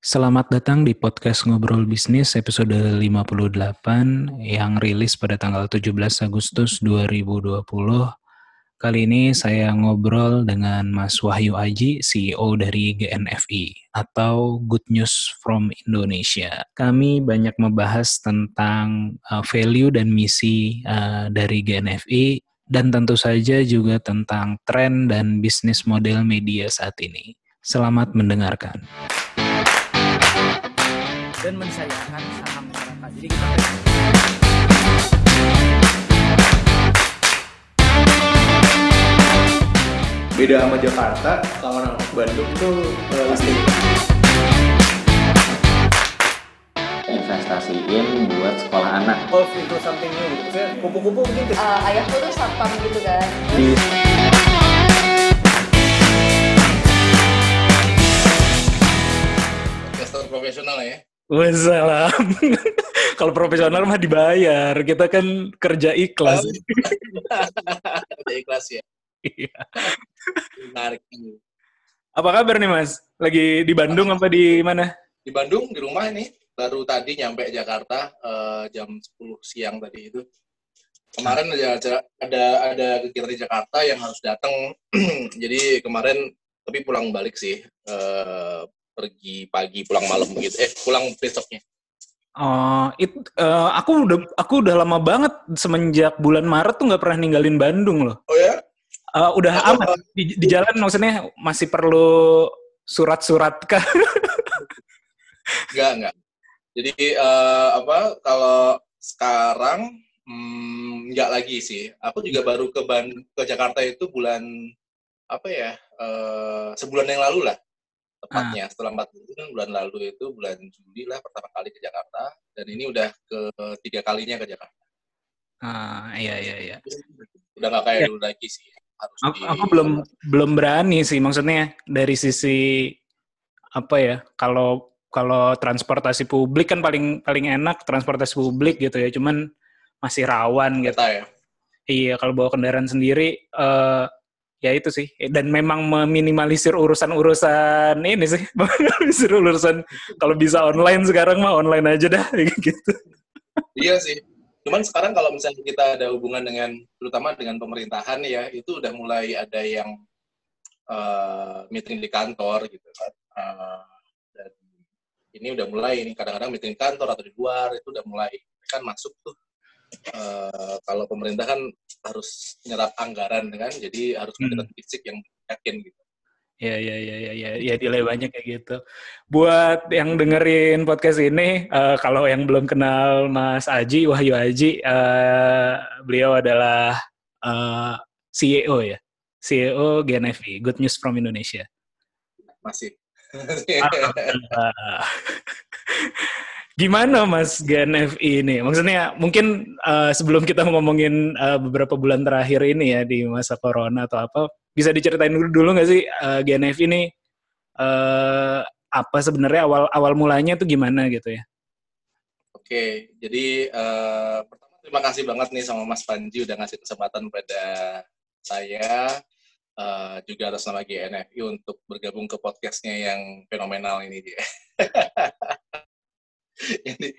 Selamat datang di podcast Ngobrol Bisnis episode 58 yang rilis pada tanggal 17 Agustus 2020. Kali ini saya ngobrol dengan Mas Wahyu Aji, CEO dari GNFI atau Good News from Indonesia. Kami banyak membahas tentang value dan misi dari GNFI dan tentu saja juga tentang tren dan bisnis model media saat ini. Selamat mendengarkan. Dan mensayangkan saham masyarakat. Jadi kita beda sama Jakarta, kalau orang Bandung tuh pasti investasiin buat sekolah anak. evolve into something new gitu. Saya kupu-kupu mungkin ayahku tuh satpam gitu kan. investor profesional ya. Wassalam. Kalau profesional mah dibayar, kita kan kerja ikhlas. Ada ikhlas ya. Iya. Menarik. Apa kabar nih Mas? Lagi di Bandung apa di mana? Di Bandung, di rumah ini. Baru tadi nyampe Jakarta jam 10 siang tadi itu. Kemarin ada kegiatan di Jakarta yang harus datang. Jadi kemarin tapi pulang balik sih. Pergi pagi pulang malam begitu. Pulang besoknya. Aku udah lama banget semenjak bulan Maret tuh nggak pernah ninggalin Bandung loh. Oh ya? Udah aman di jalan, maksudnya masih perlu surat-surat kah? Enggak. Jadi kalau sekarang enggak lagi sih. Aku juga baru ke Jakarta itu bulan sebulan yang lalu lah. Tepatnya setelah 4 bulan, bulan lalu itu bulan Juli lah pertama kali ke Jakarta, dan ini udah ketiga kalinya ke Jakarta. Iya. Udah nggak kayak dulu lagi sih. Aku belum berani sih, maksudnya dari sisi apa ya, kalau transportasi publik kan paling enak transportasi publik gitu ya, cuman masih rawan gitu. Ya. Iya, kalau bawa kendaraan sendiri ya itu sih, dan memang meminimalisir urusan ini sih, meminimalisir urusan kalau bisa online sekarang mah online aja dah gitu. Iya sih. Cuman sekarang kalau misalnya kita ada hubungan terutama dengan pemerintahan ya, itu udah mulai ada yang meeting di kantor gitu kan. Dan ini udah mulai, ini kadang-kadang meeting di kantor atau di luar itu udah mulai kan masuk tuh. Kalau pemerintah kan harus nyerap anggaran kan, jadi harus ada fisik yang yakin gitu. Ya delay banyak kayak gitu. Buat yang dengerin podcast ini, kalau yang belum kenal Mas Aji, Wahyu Aji, beliau adalah CEO ya, CEO GNFI, Good News from Indonesia. Masih. Gimana Mas GNFI ini? Maksudnya mungkin sebelum kita ngomongin beberapa bulan terakhir ini ya di masa corona atau apa, bisa diceritain dulu nggak sih GNFI ini apa sebenarnya awal mulanya tuh gimana gitu ya? Oke, jadi pertama terima kasih banget nih sama Mas Panji udah ngasih kesempatan pada saya juga atas nama GNFI untuk bergabung ke podcastnya yang fenomenal ini dia. Jadi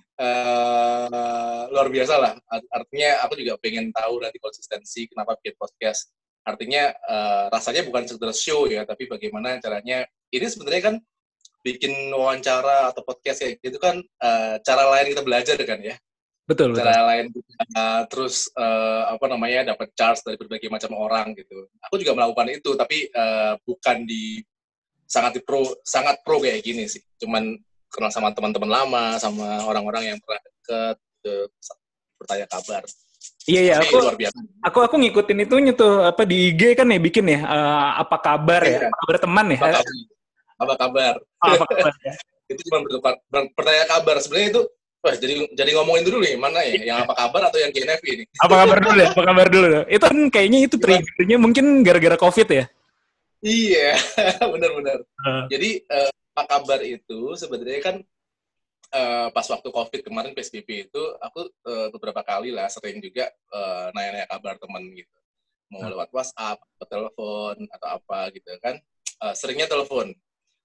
luar biasa lah. Artinya aku juga pengen tahu nanti konsistensi kenapa bikin podcast. Artinya rasanya bukan sekedar show ya, tapi bagaimana caranya. Ini sebenarnya kan bikin wawancara atau podcast kayak gitu kan cara lain kita belajar kan ya. Betul. Cara lain terus dapat charge dari berbagai macam orang gitu. Aku juga melakukan itu, tapi bukan sangat pro kayak gini sih. Cuman kenal sama teman-teman lama, sama orang-orang yang pernah deket, bertanya kabar. Iya, aku ngikutin itunya tuh apa di IG kan ya bikin ya, apa kabar ya, apa kabar teman ya. Apa kabar? Apa kabar ya. Itu cuma bertanya kabar. Sebenarnya itu, jadi ngomongin dulu nih, mana ya, yang apa kabar atau yang GNFI ini? Apa kabar dulu. Itu kan kayaknya itu triggernya mungkin gara-gara COVID ya? Iya, benar-benar. Jadi apa kabar itu sebenarnya kan pas waktu COVID kemarin PSBB itu aku beberapa kali lah sering juga nanya-nanya kabar teman gitu, mau lewat WhatsApp, atau telepon atau apa gitu kan. Seringnya telepon.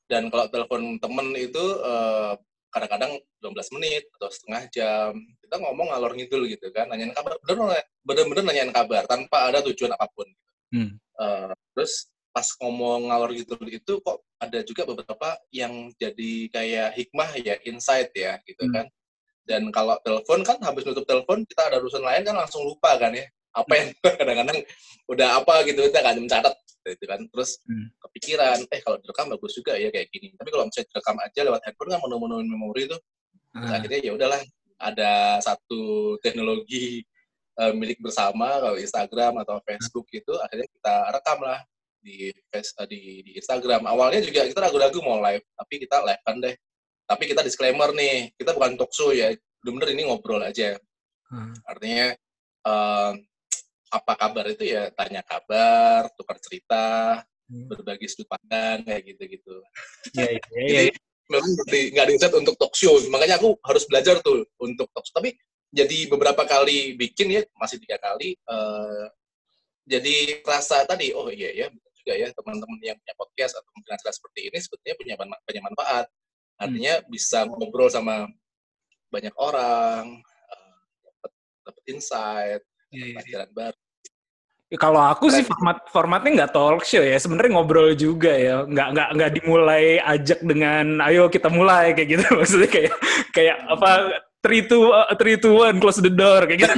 Dan kalau telepon temen itu kadang-kadang 15 menit atau setengah jam. Kita ngomong ngalor ngidul gitu kan, nanyain kabar, bener-bener nanyain kabar tanpa ada tujuan apapun. Terus pas ngomong ngalor ngidul itu kok ada juga beberapa yang jadi kayak hikmah ya, insight ya gitu kan. Dan kalau telepon kan habis nutup telepon kita ada urusan lain kan langsung lupa kan ya. Apa yang kadang-kadang udah apa gitu kita kan mencatat gitu kan. Terus kepikiran, kalau direkam bagus juga ya kayak gini. Tapi kalau misalnya direkam aja lewat handphone kan menemuin memori itu. Terus akhirnya ya udahlah, ada satu teknologi milik bersama kalau Instagram atau Facebook itu akhirnya kita rekam lah di Instagram. Awalnya juga kita ragu-ragu mau live, tapi kita live kan deh. Tapi kita disclaimer nih, kita bukan talk show ya, bener-bener ini ngobrol aja. Artinya apa kabar itu ya tanya kabar, tukar cerita, berbagi sudut pandang kayak gitu-gitu. Jadi memang nggak di-set untuk talk show, makanya aku harus belajar tuh untuk talk show. Tapi jadi beberapa kali bikin ya, masih 3 kali, jadi rasa tadi, oh iya ya, betul juga ya teman-teman yang punya podcast atau mungkin acara seperti ini sebetulnya punya manfaat. Artinya bisa ngobrol sama banyak orang, dapat insight, pelajaran baru. Kalau aku sih formatnya nggak talk show ya, sebenarnya ngobrol juga ya, nggak dimulai ajak dengan ayo kita mulai kayak gitu, maksudnya kayak apa 3, 2, 1 close the door kayak gitu.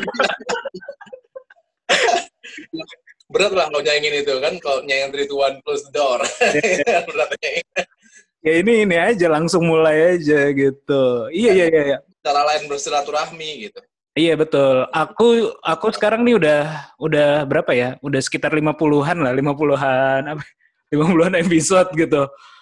Berat lah kalau nyanyiin itu kan, kalau nyanyiin 3, 2, 1 close the door. Ya ini aja langsung mulai aja gitu. Iya. Cara lain bersilaturahmi gitu. Iya betul. Aku sekarang nih udah berapa ya? Udah sekitar 50-an lah, 50-an episode gitu.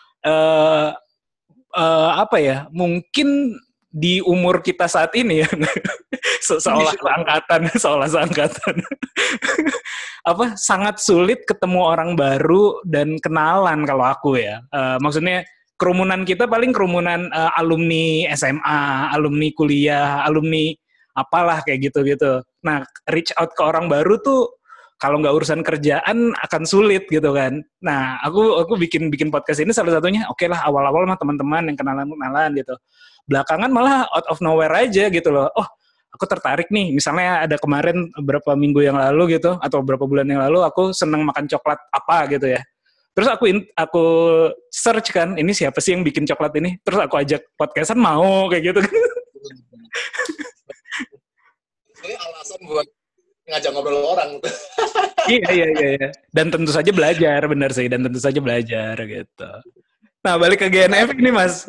Apa ya? Mungkin di umur kita saat ini ya, seolah seangkatan. Apa sangat sulit ketemu orang baru dan kenalan kalau aku ya. Maksudnya kerumunan kita paling kerumunan alumni SMA, alumni kuliah, alumni apalah kayak gitu-gitu. Nah, reach out ke orang baru tuh kalau nggak urusan kerjaan akan sulit gitu kan. Nah, aku bikin podcast ini salah satunya, oke lah awal-awal mah teman-teman yang kenalan gitu. Belakangan malah out of nowhere aja gitu loh. Oh, aku tertarik nih. Misalnya ada kemarin beberapa minggu yang lalu gitu atau beberapa bulan yang lalu aku seneng makan coklat apa gitu ya. Terus aku search kan, ini siapa sih yang bikin coklat ini? Terus aku ajak podcastan mau kayak gitu kan. Ini alasan buat ngajak ngobrol orang. Iya. Dan tentu saja belajar, benar sih. Dan tentu saja belajar gitu. Nah, balik ke GNFI nih, Mas.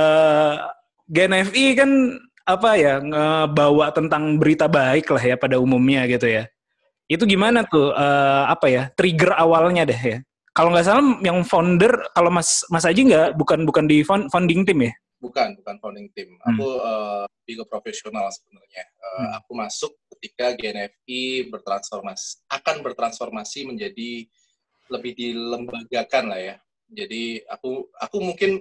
GNFI kan apa ya, ngebawa tentang berita baik lah ya pada umumnya gitu ya. Itu gimana tuh, apa ya, trigger awalnya deh ya. Kalau nggak salah yang founder, kalau Mas Aji bukan di founding team ya? Bukan founding team. Aku lebih ke profesional sebenarnya. Aku masuk ketika GNFI akan bertransformasi menjadi lebih dilembagakan lah ya. Jadi aku mungkin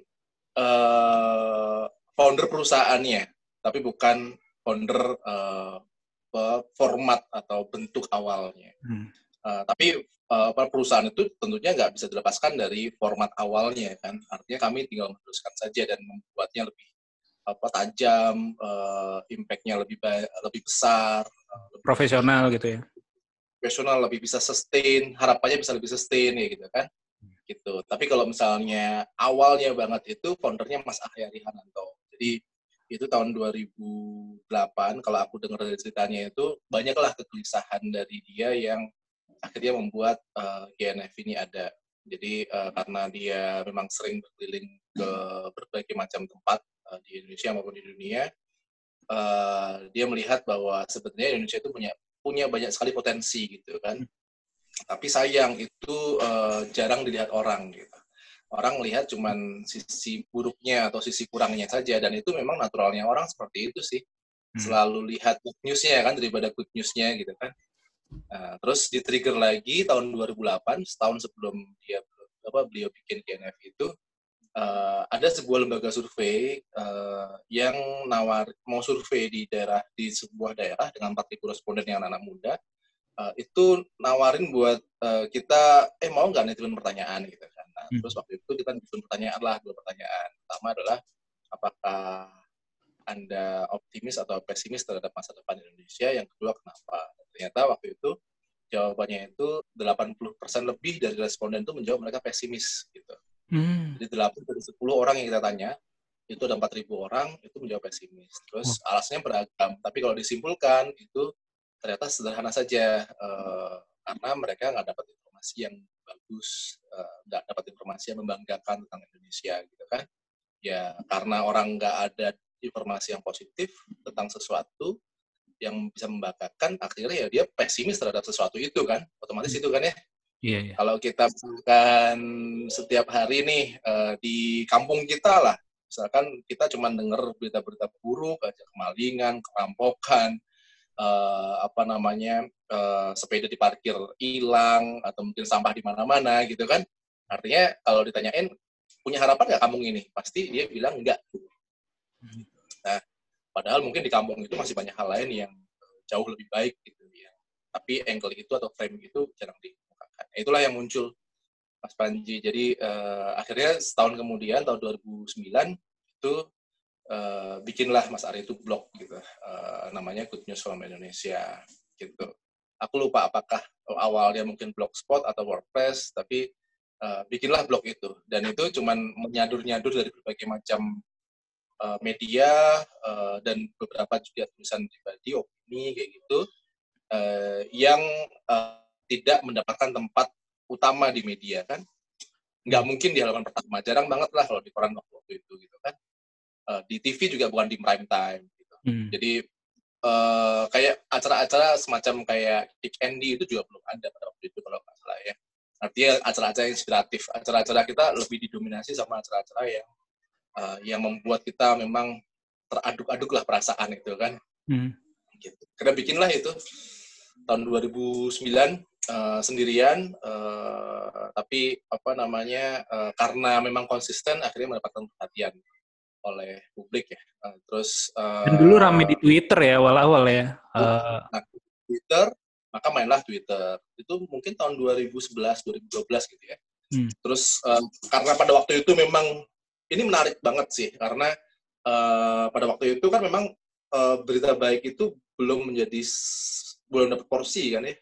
founder perusahaannya, tapi bukan founder format atau bentuk awalnya. Tapi perusahaan itu tentunya nggak bisa dilepaskan dari format awalnya kan. Artinya kami tinggal meneruskan saja dan membuatnya lebih tajam, impact-nya lebih besar, profesional gitu ya. Profesional, lebih bisa sustain, harapannya bisa lebih sustain ya gitu kan. Gitu. Tapi kalau misalnya awalnya banget itu foundernya Mas Ahyari Hananto. Jadi itu tahun 2008 kalau aku dengar dari ceritanya itu banyaklah kegelisahan dari dia yang akhirnya membuat GNF ini ada. Jadi karena dia memang sering berkeliling ke berbagai macam tempat di Indonesia maupun di dunia, dia melihat bahwa sebenarnya Indonesia itu punya banyak sekali potensi gitu kan. Tapi sayang itu jarang dilihat orang gitu. Orang lihat cuman sisi buruknya atau sisi kurangnya saja, dan itu memang naturalnya orang seperti itu sih. Selalu lihat good news-nya kan daripada good news-nya gitu kan. Terus di-trigger lagi tahun 2008, setahun sebelum beliau bikin GNF itu, ada sebuah lembaga survei yang mau survei di sebuah daerah dengan 4.000 responden yang anak muda, itu nawarin buat kita mau nggak nitipin pertanyaan gitu kan. Nah, terus waktu itu kita bikin dua pertanyaan. Pertama adalah apakah Anda optimis atau pesimis terhadap masa depan Indonesia? Yang kedua, kenapa? Ternyata waktu itu jawabannya itu 80% lebih dari responden itu menjawab mereka pesimis gitu. Jadi 8 dari 10 orang yang kita tanya, itu ada 4.000 orang itu menjawab pesimis. Terus alasannya beragam, tapi kalau disimpulkan itu ternyata sederhana saja, karena mereka nggak dapat informasi yang bagus, nggak dapat informasi yang membanggakan tentang Indonesia gitu kan. Ya karena orang nggak ada informasi yang positif tentang sesuatu yang bisa membanggakan, akhirnya ya dia pesimis terhadap sesuatu itu kan, otomatis itu kan ya. Iya. Kalau kita misalkan setiap hari nih di kampung kita lah, misalkan kita cuma dengar berita-berita buruk, aja kemalingan, kerampokan, sepeda diparkir hilang atau mungkin sampah di mana-mana gitu kan. Artinya kalau ditanyain punya harapan nggak kampung ini, pasti dia bilang enggak. Nah, padahal mungkin di kampung itu masih banyak hal lain yang jauh lebih baik gitu ya. Tapi angle itu atau frame itu jarang dikemukakan. Itulah yang muncul, Mas Panji. Jadi akhirnya setahun kemudian, tahun 2009 itu bikinlah Mas Ari itu blog gitu, namanya Good News from Indonesia gitu. Aku lupa apakah awalnya mungkin Blogspot atau WordPress, tapi bikinlah blog itu. Dan itu cuman menyadur-nyadur dari berbagai macam media dan beberapa juga tulisan pribadi, opini kayak gitu, yang tidak mendapatkan tempat utama di media kan. Nggak mungkin di halaman pertama, jarang banget lah kalau di koran waktu itu gitu kan. Di TV juga bukan di prime time gitu. Jadi kayak acara-acara semacam kayak Kick Andy itu juga belum ada pada waktu itu kalau nggak salah ya. Artinya acara-acara inspiratif, acara-acara kita lebih didominasi sama acara-acara yang membuat kita memang teraduk-aduk lah perasaan itu kan. Gitu. Kita bikinlah itu tahun 2009 sendirian, tapi karena memang konsisten akhirnya mendapatkan perhatian oleh publik ya. Dan dulu rame di Twitter ya awal-awal ya. Twitter, maka mainlah Twitter. Itu mungkin tahun 2011, 2012 gitu ya. Terus karena pada waktu itu memang ini menarik banget sih, karena pada waktu itu kan memang berita baik itu belum dapat porsi kan ya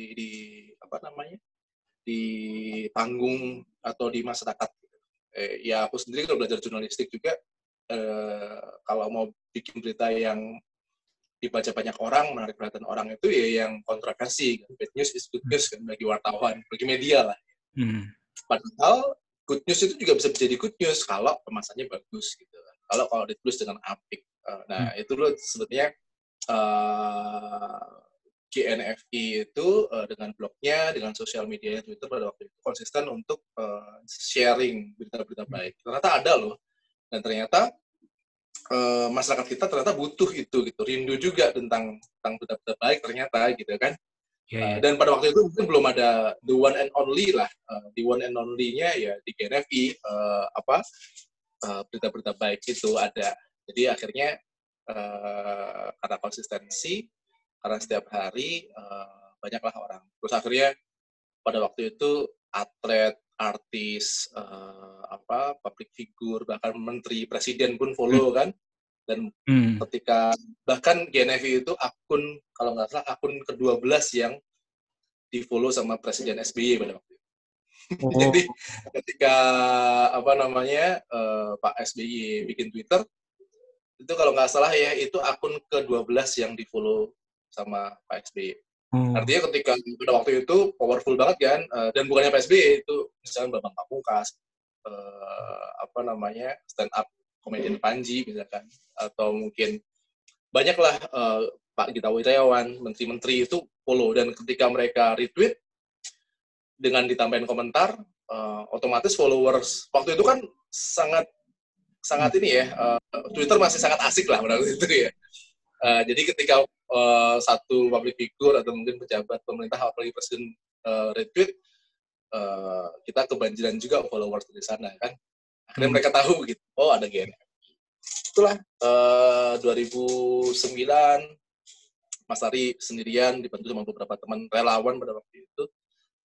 di panggung atau di masyarakat. Ya aku sendiri kalau belajar jurnalistik juga, kalau mau bikin berita yang dibaca banyak orang, menarik perhatian orang itu ya yang kontroversi. Bad news is good news kan bagi wartawan, bagi media lah. Padahal good news itu juga bisa menjadi good news kalau kemasannya bagus gitu. Kalau ditulis dengan apik. Nah itu loh sebetulnya GNFI itu dengan blognya, dengan sosial media Twitter pada waktu itu konsisten untuk sharing berita-berita baik. Ternyata ada loh, dan ternyata masyarakat kita ternyata butuh itu gitu, rindu juga tentang berita-berita baik ternyata gitu kan. Dan pada waktu itu mungkin belum ada the one and only lah, the one and only-nya ya di GNFI berita-berita baik itu ada. Jadi akhirnya karena konsistensi, karena setiap hari banyaklah orang. Terus akhirnya pada waktu itu atlet, artis, public figure, bahkan menteri, presiden pun follow kan. Dan ketika bahkan GNFI itu akun, kalau nggak salah akun ke-12 yang di-follow sama Presiden SBY pada waktu itu. Jadi ketika Pak SBY bikin Twitter, itu kalau nggak salah ya itu akun ke-12 yang di-follow sama Pak SBY. Artinya ketika pada waktu itu powerful banget kan, dan bukannya Pak SBY, itu misalnya Bambang Pamungkas, stand up komedian Panji misalkan, atau mungkin banyaklah Pak Gita Wirjawan, menteri-menteri itu follow, dan ketika mereka retweet dengan ditambahin komentar, otomatis followers waktu itu kan sangat ini ya, Twitter masih sangat asik lah pada waktu itu ya. Jadi ketika satu public figure atau mungkin pejabat pemerintah apalagi presiden retweet, kita kebanjiran juga followers di sana kan. Akhirnya mereka tahu gitu, oh ada GNFI. Itulah 2009 Mas Ari sendirian dibantu sama beberapa teman relawan pada waktu itu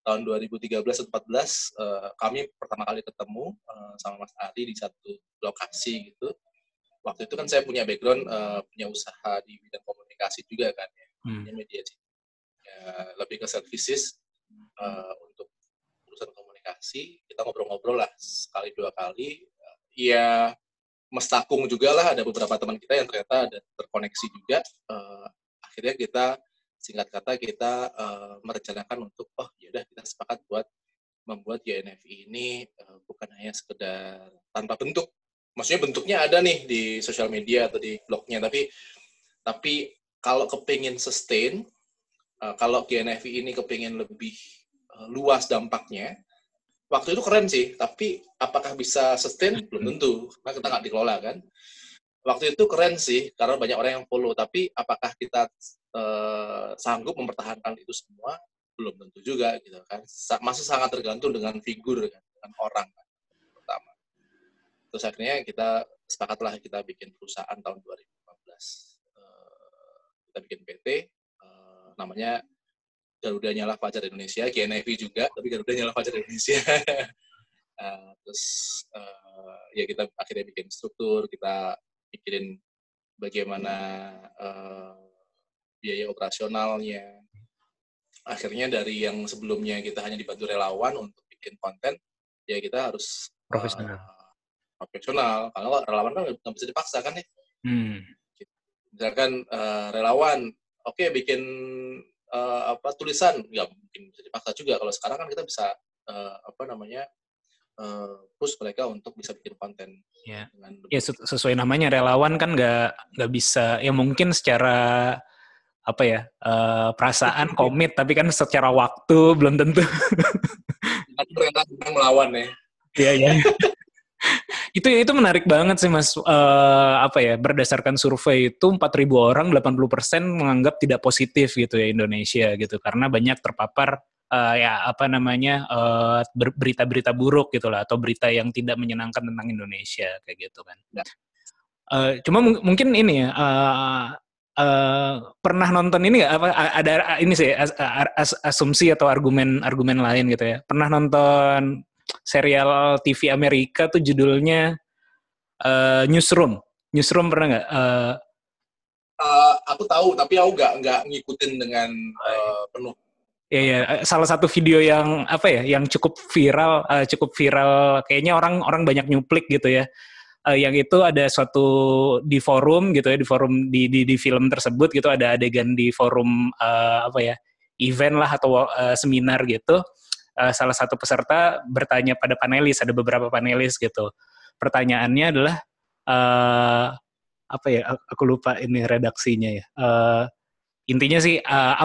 tahun 2013 atau 14 kami pertama kali ketemu sama Mas Ari di satu lokasi gitu. Waktu itu kan saya punya background punya usaha di bidang komunikasi juga kan ya, media lebih ke services untuk urusan komunikasi. Kita ngobrol-ngobrol lah sekali dua kali. Ya mestakung juga lah, ada beberapa teman kita yang ternyata ada terkoneksi juga. Akhirnya kita singkat kata kita merencanakan untuk yaudah kita sepakat buat membuat YNFI ini bukan hanya sekedar tanpa bentuk. Maksudnya bentuknya ada nih di sosial media atau di blognya, tapi kalau kepingin sustain, kalau GNFI ini kepingin lebih luas dampaknya, waktu itu keren sih, tapi apakah bisa sustain? Belum tentu, karena kita nggak dikelola kan. Waktu itu keren sih, karena banyak orang yang follow, tapi apakah kita sanggup mempertahankan itu semua? Belum tentu juga gitu kan. Masih sangat tergantung dengan figur kan, dengan orang kan, pertama. Terus akhirnya kita sepakatlah kita bikin perusahaan tahun 2015. Kita bikin PT, namanya Garuda Nyala Fajar Indonesia, GNFI juga, tapi Garuda Nyala Fajar Indonesia. Terus ya kita akhirnya bikin struktur, kita pikirin bagaimana biaya operasionalnya. Akhirnya dari yang sebelumnya kita hanya dibantu relawan untuk bikin konten, ya kita harus profesional. Kalau relawan kan nggak bisa dipaksa kan ya. Misalkan relawan, oke, bikin tulisan, nggak mungkin bisa dipaksa juga. Kalau sekarang kan kita bisa push mereka untuk bisa bikin konten. Ya, sesuai namanya relawan kan nggak bisa, ya mungkin secara perasaan komit, tapi kan secara waktu belum tentu. Mereka melawan ya. Iya. Itu menarik banget sih Mas. Berdasarkan survei itu 4.000 orang 80% menganggap tidak positif gitu ya Indonesia gitu, karena banyak terpapar berita-berita buruk gitu lah, atau berita yang tidak menyenangkan tentang Indonesia kayak gitu kan. Ya. Cuma mungkin ini ya, pernah nonton ini nggak? Ada ini sih asumsi atau argumen lain gitu ya. Pernah nonton serial TV Amerika tuh judulnya Newsroom. Newsroom pernah nggak? Aku tahu, tapi aku nggak ngikutin dengan penuh. Ya, salah satu video yang yang cukup viral, kayaknya orang banyak nyuplik gitu ya. Yang itu ada suatu di forum gitu ya, di film tersebut gitu, ada adegan di forum event lah atau seminar gitu. Salah satu peserta bertanya pada panelis, ada beberapa panelis gitu. Pertanyaannya adalah aku lupa ini redaksinya ya. Intinya sih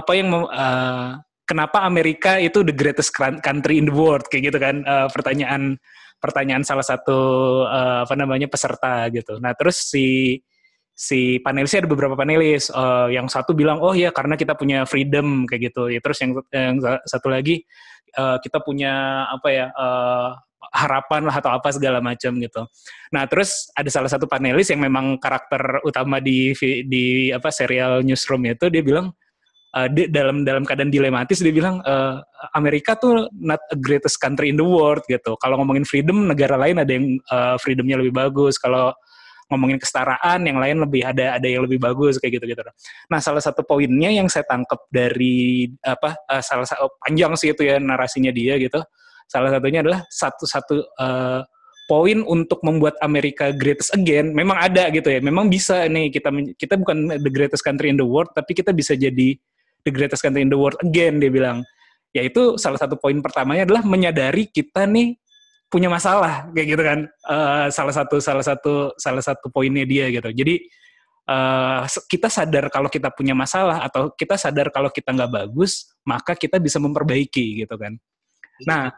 kenapa Amerika itu the greatest country in the world kayak gitu kan, pertanyaan salah satu peserta gitu. Nah terus si panelisnya ada beberapa panelis, yang satu bilang ya karena kita punya freedom kayak gitu ya. Terus yang satu lagi kita punya harapan lah atau apa segala macam gitu. Nah terus ada salah satu panelis yang memang karakter utama di serial Newsroom itu, dia bilang dalam keadaan dilematis, dia bilang Amerika tuh not a greatest country in the world gitu. Kalau ngomongin freedom, negara lain ada yang freedomnya lebih bagus. Kalau ngomongin kesetaraan, yang lain ada yang lebih bagus kayak gitu. Nah, salah satu poinnya yang saya tangkap dari salah satu panjang sih itu ya narasinya dia gitu. Salah satunya adalah satu poin untuk membuat Amerika greatest again. Memang ada gitu ya. Memang bisa nih kita bukan the greatest country in the world, tapi kita bisa jadi the greatest country in the world again, dia bilang. Yaitu salah satu poin pertamanya adalah menyadari kita nih punya masalah kayak gitu kan. Salah satu poinnya dia gitu. Jadi kita sadar kalau kita punya masalah, atau kita sadar kalau kita nggak bagus, maka kita bisa memperbaiki gitu kan. Nah,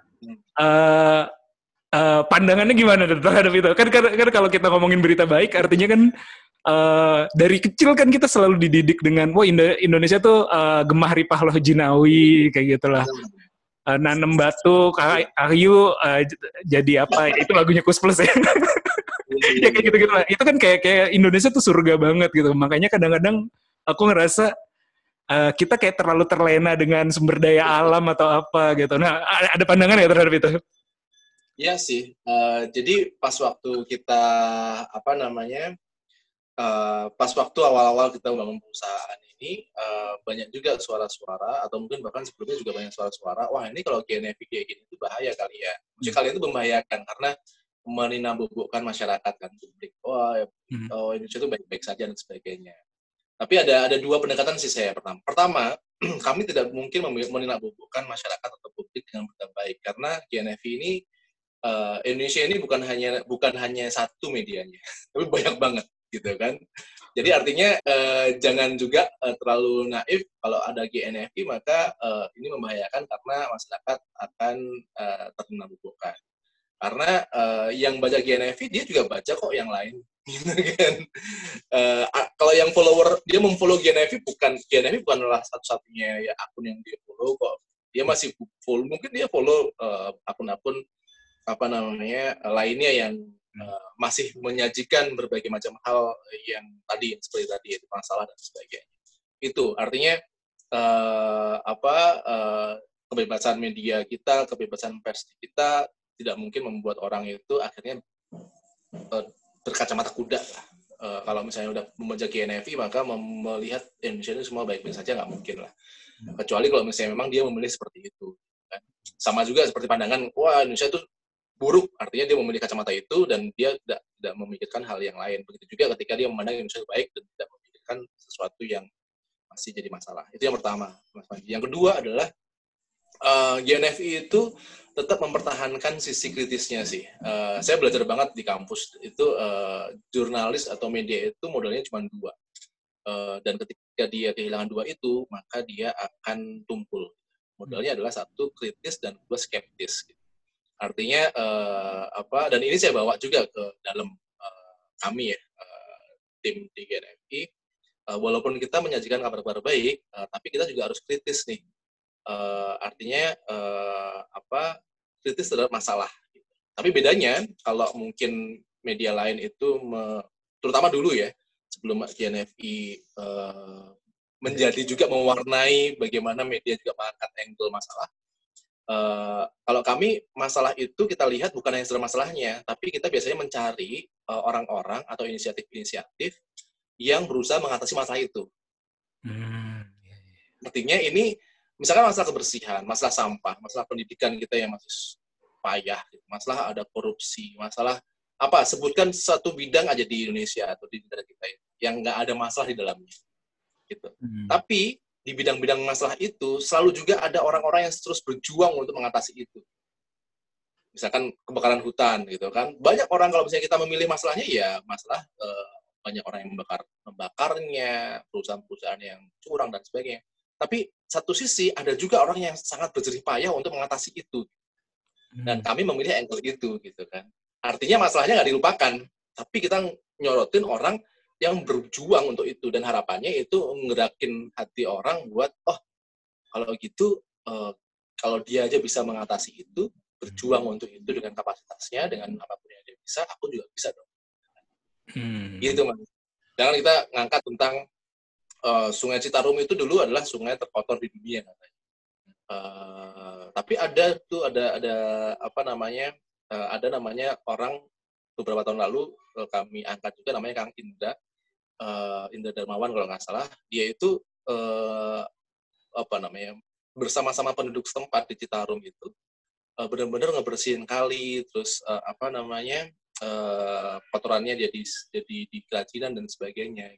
pandangannya gimana terhadap itu? Kan kalau kita ngomongin berita baik, artinya kan dari kecil kan kita selalu dididik dengan Indonesia tuh gemah ripah loh jinawi kayak gitulah. Nanam batu kayu jadi apa? Itu lagunya Kus Plus ya. Ya kayak gitu-gitu lah. Itu kan kayak Indonesia tuh surga banget gitu. Makanya kadang-kadang aku ngerasa kita kayak terlalu terlena dengan sumber daya alam atau apa gitu. Nah, ada pandangan ya terhadap itu? Iya sih. Jadi pas waktu kita pas waktu awal-awal kita membangun perusahaan ini, banyak juga suara-suara, atau mungkin bahkan sebelumnya juga banyak suara-suara, wah ini kalau GNFI kayak gini itu bahaya kali ya. Maksudnya kalian itu membahayakan karena meninabobokan masyarakat kan, publik. Indonesia itu baik-baik saja dan sebagainya. Tapi ada dua pendekatan sih saya. Pertama, kami tidak mungkin meninabobokan masyarakat atau publik dengan berita baik, karena GNFI ini, Indonesia ini bukan hanya satu medianya, tapi banyak banget gitu kan. Jadi artinya jangan juga terlalu naif kalau ada GNFI maka ini membahayakan karena masyarakat akan ternabobokan. Karena yang baca GNFI dia juga baca kok yang lain, gitu kan. Kalau yang follower dia memfollow GNFI bukanlah satu-satunya ya akun yang dia follow kok. Dia masih follow, mungkin dia follow akun-akun lainnya yang masih menyajikan berbagai macam hal yang seperti tadi itu masalah dan sebagainya. Itu artinya kebebasan media kita, kebebasan pers kita tidak mungkin membuat orang itu akhirnya berkacamata kuda lah. Kalau misalnya udah membaca GNFI maka melihat Indonesia itu semua baik-baik saja, nggak mungkin lah. Kecuali kalau misalnya memang dia memilih seperti itu. Kan? Sama juga seperti pandangan, wah Indonesia itu buruk, artinya dia memilih kacamata itu dan dia tidak memikirkan hal yang lain. Begitu juga ketika dia memandang Indonesia baik dan tidak memikirkan sesuatu yang masih jadi masalah. Itu yang pertama, Mas Panji. Yang kedua adalah GNFI itu tetap mempertahankan sisi kritisnya sih. Saya belajar banget di kampus itu jurnalis atau media itu modalnya cuma dua. Dan ketika dia kehilangan dua itu, maka dia akan tumpul. Modalnya adalah satu kritis dan dua skeptis. Artinya dan ini saya bawa juga ke dalam kami ya, tim di GNFI. Walaupun kita menyajikan kabar-kabar baik, tapi kita juga harus kritis nih. Artinya kritis terhadap masalah. Tapi bedanya kalau mungkin media lain itu terutama dulu ya sebelum GNFI menjadi juga mewarnai bagaimana media juga mengangkat angle masalah. Kalau kami masalah itu kita lihat bukan hanya sekedar masalahnya, tapi kita biasanya mencari orang-orang atau inisiatif-inisiatif yang berusaha mengatasi masalah itu. Artinya ini misalkan masalah kebersihan, masalah sampah, masalah pendidikan kita yang masih payah, masalah ada korupsi, masalah sebutkan satu bidang aja di Indonesia atau di negara kita yang nggak ada masalah di dalamnya. Gitu. Tapi di bidang-bidang masalah itu selalu juga ada orang-orang yang terus berjuang untuk mengatasi itu. Misalkan kebakaran hutan gitu kan. Banyak orang kalau misalnya kita memilih masalahnya ya masalah banyak orang yang membakarnya, perusahaan-perusahaan yang curang dan sebagainya. Tapi satu sisi ada juga orang yang sangat berjerih payah untuk mengatasi itu. Dan kami memilih angle itu gitu kan. Artinya masalahnya nggak dilupakan, tapi kita nyorotin orang yang berjuang untuk itu, dan harapannya itu ngerakin hati orang buat kalau gitu kalau dia aja bisa mengatasi itu, berjuang untuk itu dengan kapasitasnya, dengan apapun yang dia bisa, aku juga bisa dong. Gitu Mas. Jangan kita ngangkat tentang Sungai Citarum itu dulu adalah sungai terkotor di dunia katanya. Tapi ada namanya orang beberapa tahun lalu kami angkat juga namanya Kang Indra Darmawan kalau nggak salah. Dia itu bersama-sama penduduk setempat di Citarum itu benar-benar ngebersihin kali, terus kotorannya jadi di kerajinan dan sebagainya.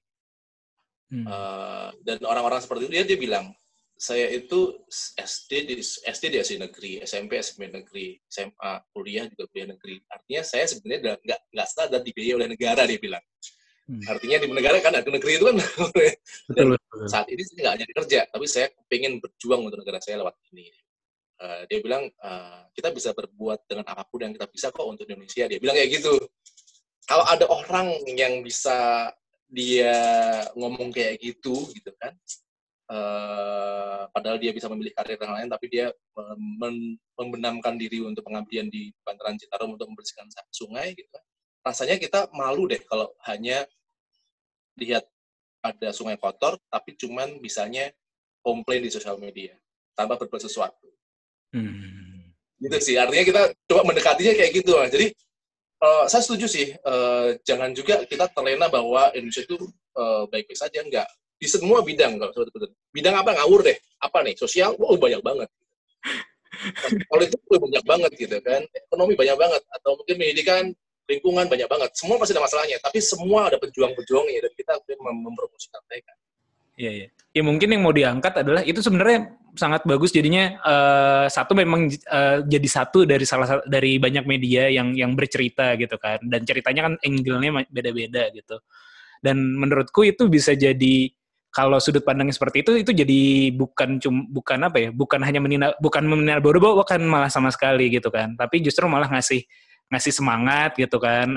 Dan orang-orang seperti itu dia bilang, saya itu SD di SD negeri, SMP negeri, SMA kuliah juga kuliah negeri. Artinya saya sebenarnya nggak sadar dibiayai oleh negara, dia bilang. Artinya di negara kan ada negeri itu kan. Dan saat ini saya nggak jadi kerja, tapi saya pengen berjuang untuk negara saya lewat ini. Dia bilang kita bisa berbuat dengan apapun yang kita bisa kok untuk Indonesia. Dia bilang kayak gitu. Kalau ada orang yang bisa dia ngomong kayak gitu kan. Padahal dia bisa memilih karir yang lain, tapi dia membenamkan diri untuk pengabdian di bantaran Citarum untuk membersihkan sungai gitu. Rasanya kita malu deh kalau hanya lihat ada sungai kotor, tapi cuman bisanya komplain di sosial media tanpa berbuat sesuatu. Hmm. Gitu sih, artinya kita coba mendekatinya kayak gitu. Jadi saya setuju sih, jangan juga kita terlena bahwa Indonesia itu baik-baik saja, enggak. Di semua bidang, kalau sebetulnya. Bidang apa, ngawur deh. Apa nih, sosial, banyak banget. Politik banyak banget gitu kan, ekonomi banyak banget, atau mungkin pendidikan, lingkungan banyak banget. Semua pasti ada masalahnya, tapi semua ada pejuang-pejuangnya, dan kita harus mempromosikan mereka. Iya, iya. Ya mungkin yang mau diangkat adalah itu sebenarnya sangat bagus jadinya satu memang jadi satu dari banyak media yang bercerita gitu kan, dan ceritanya kan angle-nya beda-beda gitu. Dan menurutku itu bisa jadi kalau sudut pandangnya seperti itu jadi bukan apa ya, bukan hanya menilai bodoh bukan malah sama sekali gitu kan, tapi justru malah ngasih semangat gitu kan,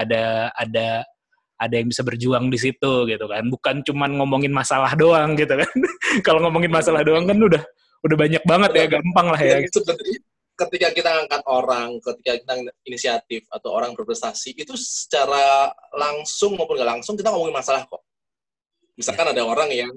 ada yang bisa berjuang di situ gitu kan, bukan cuman ngomongin masalah doang gitu kan. Kalau ngomongin masalah doang kan udah banyak banget ya, gampang lah ya. Sebenarnya ketika kita angkat orang, ketika kita inisiatif atau orang berprestasi, itu secara langsung maupun nggak langsung kita ngomongin masalah kok. Misalkan ada orang yang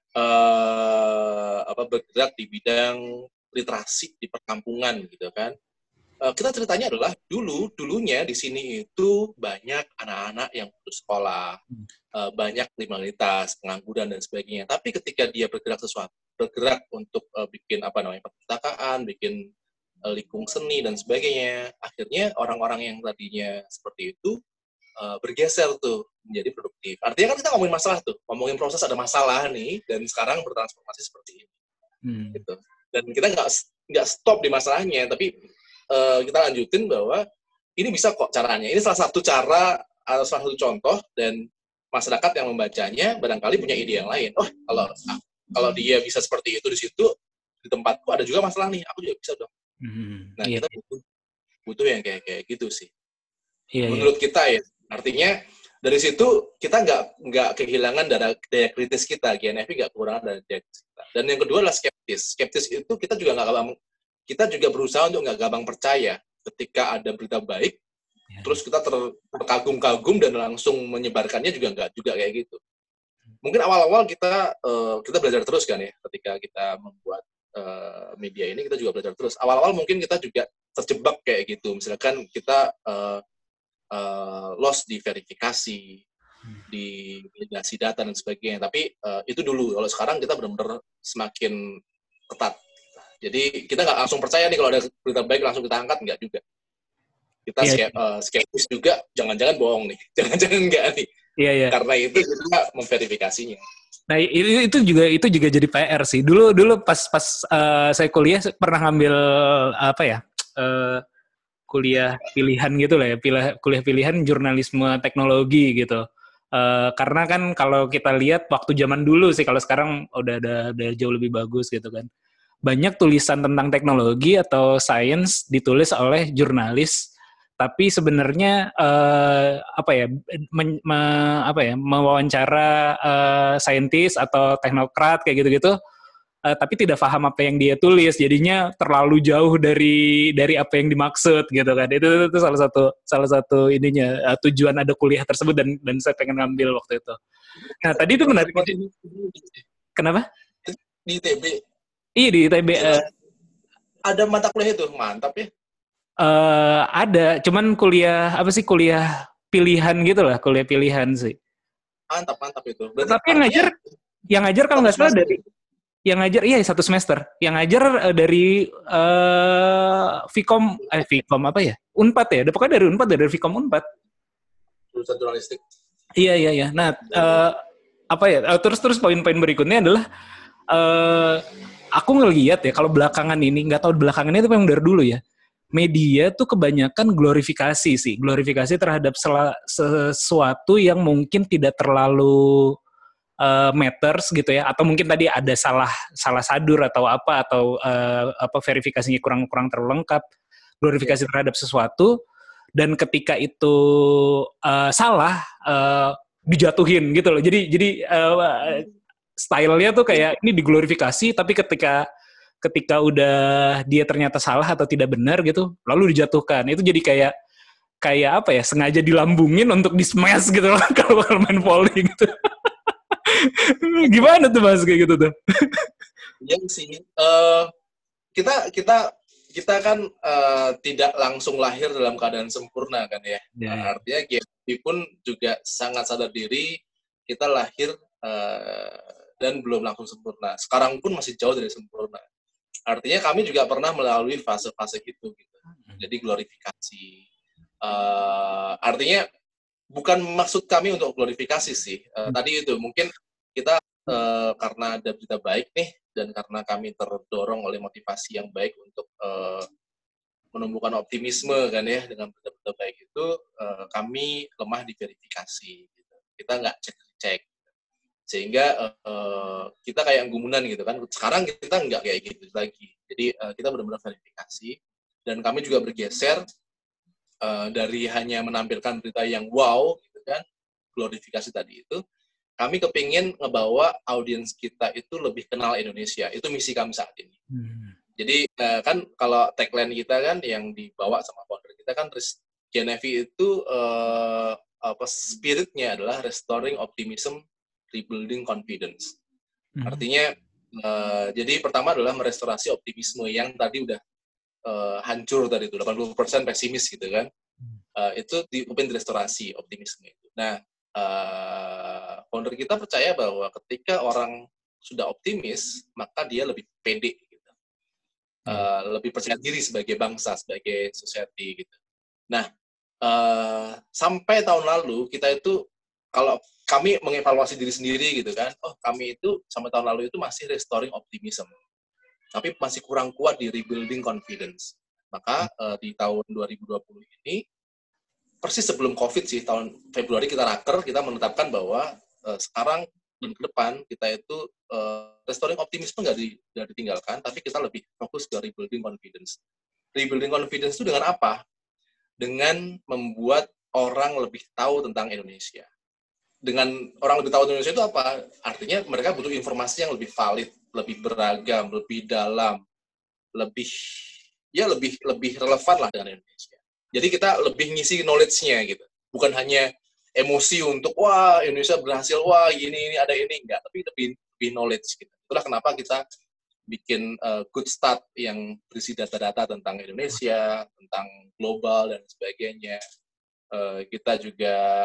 bergerak di bidang literasi di perkampungan gitu kan. Kita ceritanya adalah dulunya di sini itu banyak anak-anak yang putus sekolah, banyak kriminalitas, pengangguran dan sebagainya. Tapi ketika dia bergerak untuk bikin perpustakaan, bikin lingkung seni dan sebagainya, akhirnya orang-orang yang tadinya seperti itu bergeser tuh menjadi produktif. Artinya kan kita ngomongin masalah tuh, ngomongin proses ada masalah nih, dan sekarang bertransformasi seperti ini. Gitu. Dan kita nggak stop di masalahnya, tapi kita lanjutin bahwa ini bisa kok caranya. Ini salah satu cara atau salah satu contoh, dan masyarakat yang membacanya barangkali punya ide yang lain. Oh, kalau dia bisa seperti itu di situ, di tempatku ada juga masalah nih, aku juga bisa dong. Nah, kita butuh yang kayak gitu sih. Menurut kita ya. Artinya dari situ kita nggak kehilangan daya kritis kita, GNFI nggak kekurangan daya kritis kita. Dan yang kedua adalah skeptis. Skeptis itu kita juga berusaha untuk nggak gampang percaya ketika ada berita baik, terus kita terkagum-kagum dan langsung menyebarkannya juga kayak gitu. Mungkin awal-awal kita belajar terus kan ya, ketika kita membuat media ini kita juga belajar terus. Awal-awal mungkin kita juga terjebak kayak gitu. Misalkan kita loss di verifikasi, di validasi data dan sebagainya. Tapi itu dulu. Kalau sekarang kita benar-benar semakin ketat. Jadi kita nggak langsung percaya nih kalau ada berita baik langsung kita angkat, nggak juga. Kita skeptis juga, jangan-jangan bohong nih, jangan-jangan nggak nih. Iya. Karena itu kita memverifikasinya. Nah itu juga jadi PR sih. Dulu pas saya kuliah pernah ngambil kuliah pilihan gitu lah ya, kuliah pilihan jurnalisme teknologi gitu. Karena kan kalau kita lihat waktu zaman dulu sih, kalau sekarang udah jauh lebih bagus gitu kan. Banyak tulisan tentang teknologi atau sains ditulis oleh jurnalis, tapi sebenarnya mewawancara saintis atau teknokrat kayak gitu-gitu, tapi tidak paham apa yang dia tulis, jadinya terlalu jauh dari apa yang dimaksud gitu kan. Itu salah satu ininya, tujuan ada kuliah tersebut, dan saya pengen ngambil waktu itu. Nah tadi itu menarik. Kenapa? Di ITB. Iya di ITB. Ada mata kuliah itu, mantap ya. Ada, cuman kuliah pilihan gitu lah, kuliah pilihan sih. Mantap itu. Berarti tapi yang ngajar kalau nggak salah dari yang ngajar, iya 1 semester. Yang ngajar dari Vkom apa ya? Unpad ya? Pokoknya dari Unpad, dari Vkom Unpad. Jurusan jurnalistik. Iya. Nah, terus poin-poin berikutnya adalah aku ngelihat ya, kalau belakangan ini, nggak tahu belakangan ini, tapi yang dari dulu ya, media tuh kebanyakan glorifikasi terhadap sesuatu yang mungkin tidak terlalu matters gitu ya, atau mungkin tadi ada salah sadur atau verifikasinya kurang terlalu lengkap, glorifikasi terhadap sesuatu, dan ketika itu salah dijatuhin gitu loh. Jadi style-nya tuh kayak ini diglorifikasi, tapi ketika udah dia ternyata salah atau tidak benar gitu, lalu dijatuhkan. Itu jadi kayak apa ya, sengaja dilambungin untuk di-smash gitu loh kalau main volley gitu. Gimana tuh Mas kayak gitu tuh? Iya sih. Kita kita kita kan tidak langsung lahir dalam keadaan sempurna kan ya. Ya, Artinya GFP pun juga sangat sadar diri kita lahir dan belum langsung sempurna. Sekarang pun masih jauh dari sempurna. Artinya kami juga pernah melalui fase-fase itu gitu. Jadi glorifikasi. Artinya bukan maksud kami untuk glorifikasi sih. Tadi itu mungkin kita karena ada berita baik nih dan karena kami terdorong oleh motivasi yang baik untuk menumbuhkan optimisme kan ya dengan berita-berita baik itu kami lemah di verifikasi. Gitu. Kita nggak cek-cek sehingga kita kayak gumunan gitu kan. Sekarang kita nggak kayak gitu lagi. Jadi kita benar-benar verifikasi dan kami juga bergeser dari hanya menampilkan berita yang wow gitu kan, glorifikasi tadi itu, kami kepingin ngebawa audiens kita itu lebih kenal Indonesia. Itu misi kami saat ini. Jadi kan kalau tagline kita kan yang dibawa sama founder kita kan Genevi itu spiritnya adalah restoring optimism, rebuilding confidence. Artinya jadi pertama adalah merestorasi optimisme yang tadi udah hancur tadi itu 80% pesimis gitu kan. Itu diupin restorasi optimisme itu. Nah, founder kita percaya bahwa ketika orang sudah optimis, maka dia lebih pede gitu. Lebih percaya diri sebagai bangsa, sebagai society gitu. Nah, sampai tahun lalu kita itu kalau kami mengevaluasi diri sendiri gitu kan, kami itu sampai tahun lalu itu masih restoring optimism. Tapi masih kurang kuat di rebuilding confidence. Maka di tahun 2020 ini, persis sebelum COVID sih, tahun Februari kita raker, kita menetapkan bahwa sekarang dan ke depan kita itu restoring optimisme nggak ditinggalkan, tapi kita lebih fokus ke rebuilding confidence. Rebuilding confidence itu dengan apa? Dengan membuat orang lebih tahu tentang Indonesia. Dengan orang lebih tahu tentang Indonesia itu apa? Artinya mereka butuh informasi yang lebih valid, lebih beragam, lebih dalam, lebih relevan lah dengan Indonesia. Jadi kita lebih ngisi knowledge-nya gitu. Bukan hanya emosi untuk wah Indonesia berhasil, wah ini ada ini, enggak, tapi lebih knowledge gitu. Itulah kenapa kita bikin good start yang berisi data-data tentang Indonesia, tentang global dan sebagainya. Kita juga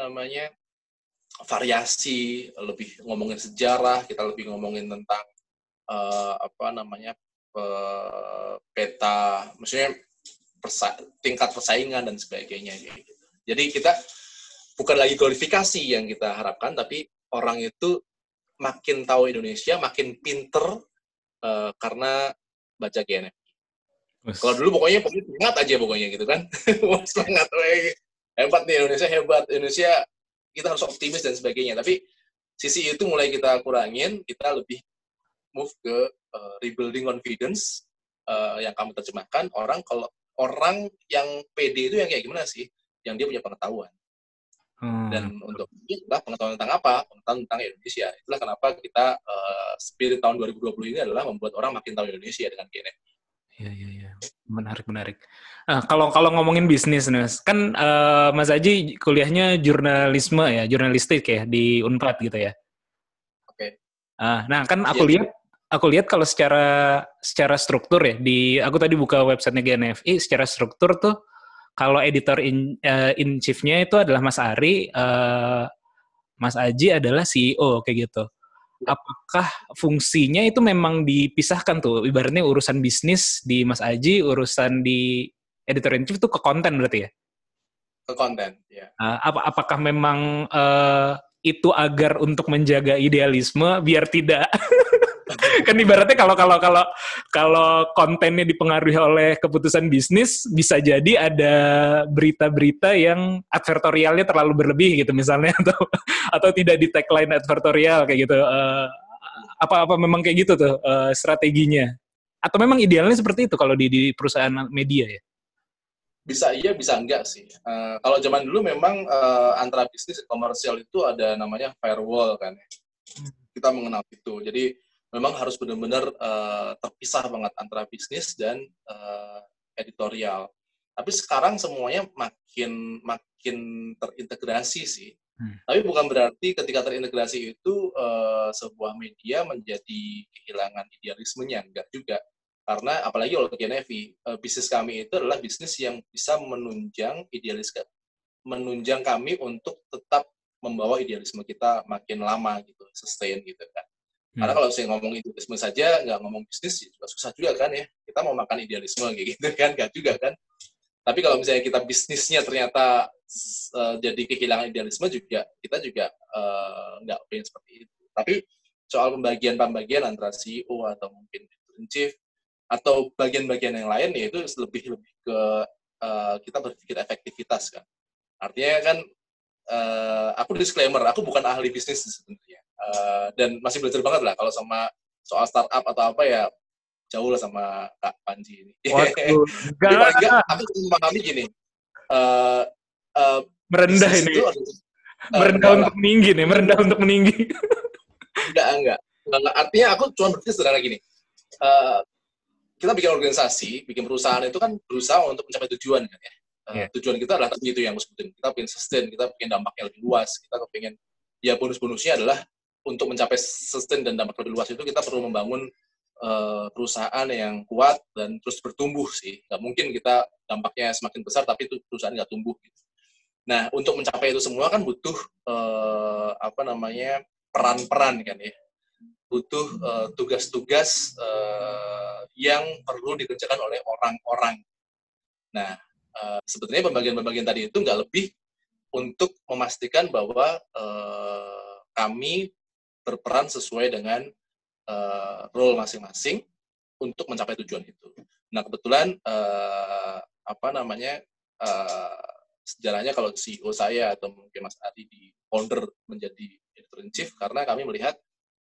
variasi, lebih ngomongin sejarah, kita lebih ngomongin tentang peta, maksudnya tingkat persaingan dan sebagainya gitu. Jadi kita bukan lagi glorifikasi yang kita harapkan, tapi orang itu makin tahu Indonesia, makin pinter karena baca GNF. Kalau dulu pokoknya semangat aja pokoknya gitu kan, semangat, hebat nih Indonesia, hebat Indonesia, kita harus optimis dan sebagainya. Tapi sisi itu mulai kita kurangin, kita lebih move ke rebuilding confidence yang kami terjemahkan orang yang PD itu yang kayak gimana sih? Yang dia punya pengetahuan. Dan untuk itulah pengetahuan tentang apa? Pengetahuan tentang Indonesia. Itulah kenapa kita spirit tahun 2020 ini adalah membuat orang makin tahu Indonesia dengan GNF. Iya. Menarik. Kalau ngomongin bisnis, kan Mas Aji kuliahnya jurnalistik ya di Unpad gitu ya. Oke. Nah, kan aku lihat kalau secara struktur ya aku tadi buka websitenya GNFI, secara struktur tuh kalau editor in chief-nya itu adalah Mas Ari, Mas Aji adalah CEO kayak gitu. Apakah fungsinya itu memang dipisahkan tuh? Ibaratnya urusan bisnis di Mas Aji, urusan di editor in chief itu ke konten berarti ya? Ke konten, ya. Apakah memang itu agar untuk menjaga idealisme biar tidak kan ibaratnya kalau kontennya dipengaruhi oleh keputusan bisnis bisa jadi ada berita-berita yang advertorialnya terlalu berlebih gitu misalnya atau tidak di tagline advertorial kayak gitu. Apa memang kayak gitu tuh strateginya? Atau memang idealnya seperti itu kalau di perusahaan media ya? Bisa iya, bisa enggak sih. Kalau zaman dulu memang antara bisnis dan komersial itu ada namanya firewall kan. Kita mengenal itu. Jadi memang harus benar-benar terpisah banget antara bisnis dan editorial. Tapi sekarang semuanya makin terintegrasi sih. Tapi bukan berarti ketika terintegrasi itu sebuah media menjadi kehilangan idealismenya, enggak juga. Karena apalagi kalau GNFI, bisnis kami itu adalah bisnis yang bisa menunjang kami untuk tetap membawa idealisme kita makin lama gitu, sustain gitu kan. Karena kalau saya ngomong idealisme saja, nggak ngomong bisnis, juga susah juga kan ya. Kita mau makan idealisme kayak gitu kan, nggak juga kan. Tapi kalau misalnya kita bisnisnya ternyata jadi kehilangan idealisme juga, kita juga nggak pengen seperti itu. Tapi soal pembagian antara CEO atau mungkin chief atau bagian-bagian yang lain, ya itu lebih ke kita berpikir efektivitas kan. Artinya kan aku disclaimer, aku bukan ahli bisnis sebenarnya. Dan masih belajar banget lah kalau sama soal startup atau apa ya, jauh lah sama Kak Panji ini. Waduh, Tapi paling enggak, aku memahami gini, merendah ini. Merendah untuk meninggi nih, merendah untuk meninggi. Enggak. Artinya aku cuma berpikir sederhana gini, kita bikin organisasi, bikin perusahaan itu kan berusaha untuk mencapai tujuan kan ya. Tujuan kita adalah tadi itu yang aku sebutin. Kita pengen sustain, kita pengen dampaknya lebih luas, kita pengen, ya bonus-bonusnya adalah untuk mencapai sustain dan dampak lebih luas itu kita perlu membangun perusahaan yang kuat dan terus bertumbuh sih. Nggak mungkin kita dampaknya semakin besar tapi itu perusahaan nggak tumbuh gitu. Nah, untuk mencapai itu semua kan butuh peran-peran kan ya. Butuh tugas-tugas yang perlu dikerjakan oleh orang-orang. Nah, sebetulnya pembagian-pembagian tadi itu nggak lebih untuk memastikan bahwa kami berperan sesuai dengan role masing-masing untuk mencapai tujuan itu. Nah, kebetulan sejarahnya kalau CEO saya atau mungkin Mas Adi di founder menjadi editor in chief karena kami melihat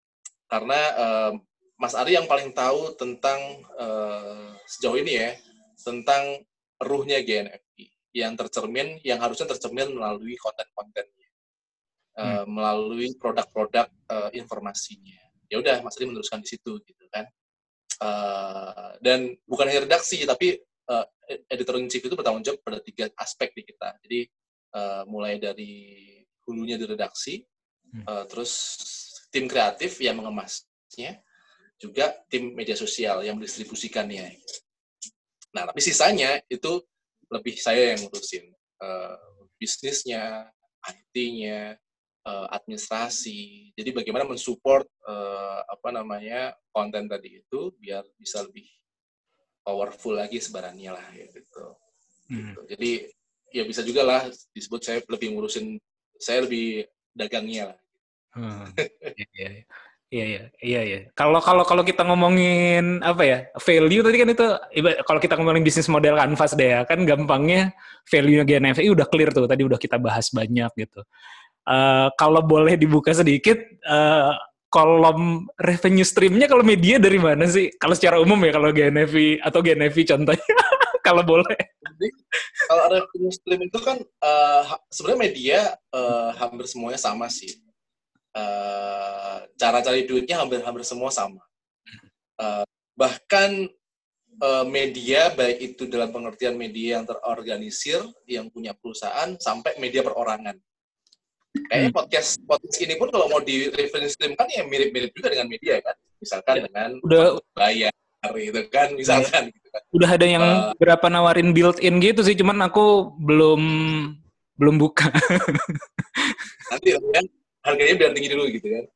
Mas Ari yang paling tahu tentang sejauh ini ya tentang ruhnya GNFI yang harusnya tercermin melalui konten-kontennya, melalui produk-produk informasinya. Ya udah, Mas Ari meneruskan di situ gitu kan. Dan bukan hanya redaksi, tapi editor in chief itu bertanggung jawab pada 3 aspek di kita. Jadi mulai dari hulunya di redaksi, terus tim kreatif yang mengemasnya, juga tim media sosial yang mendistribusikannya. Nah, tapi sisanya itu lebih saya yang ngurusin bisnisnya, IT-nya, administrasi. Jadi bagaimana mensupport konten tadi itu biar bisa lebih powerful lagi sebarannya lah gitu. Gitu. Jadi ya bisa juga lah disebut saya lebih dagangnya lah. Iya. Kalau kita ngomongin apa ya, value tadi kan itu kalau kita ngomongin bisnis model Canvas deh ya, kan gampangnya value-nya GNFI udah clear tuh, tadi udah kita bahas banyak gitu. Kalau boleh dibuka sedikit, kolom revenue stream-nya kalau media dari mana sih? Kalau secara umum ya, kalau GNFI atau GNFI contohnya, kalau boleh. Jadi, kalau revenue stream itu kan sebenarnya media hampir semuanya sama sih. Cara cari duitnya hampir semua sama. Bahkan media, baik itu dalam pengertian media yang terorganisir, yang punya perusahaan, sampai media perorangan. Kayaknya podcast ini pun kalau mau di revenue stream kan ya mirip-mirip juga dengan media kan. Misalkan dengan bayar gitu kan, misalkan. Gitu kan. Udah ada yang berapa nawarin built-in gitu sih, cuman aku belum buka. Nanti kan harganya biar tinggi dulu gitu kan.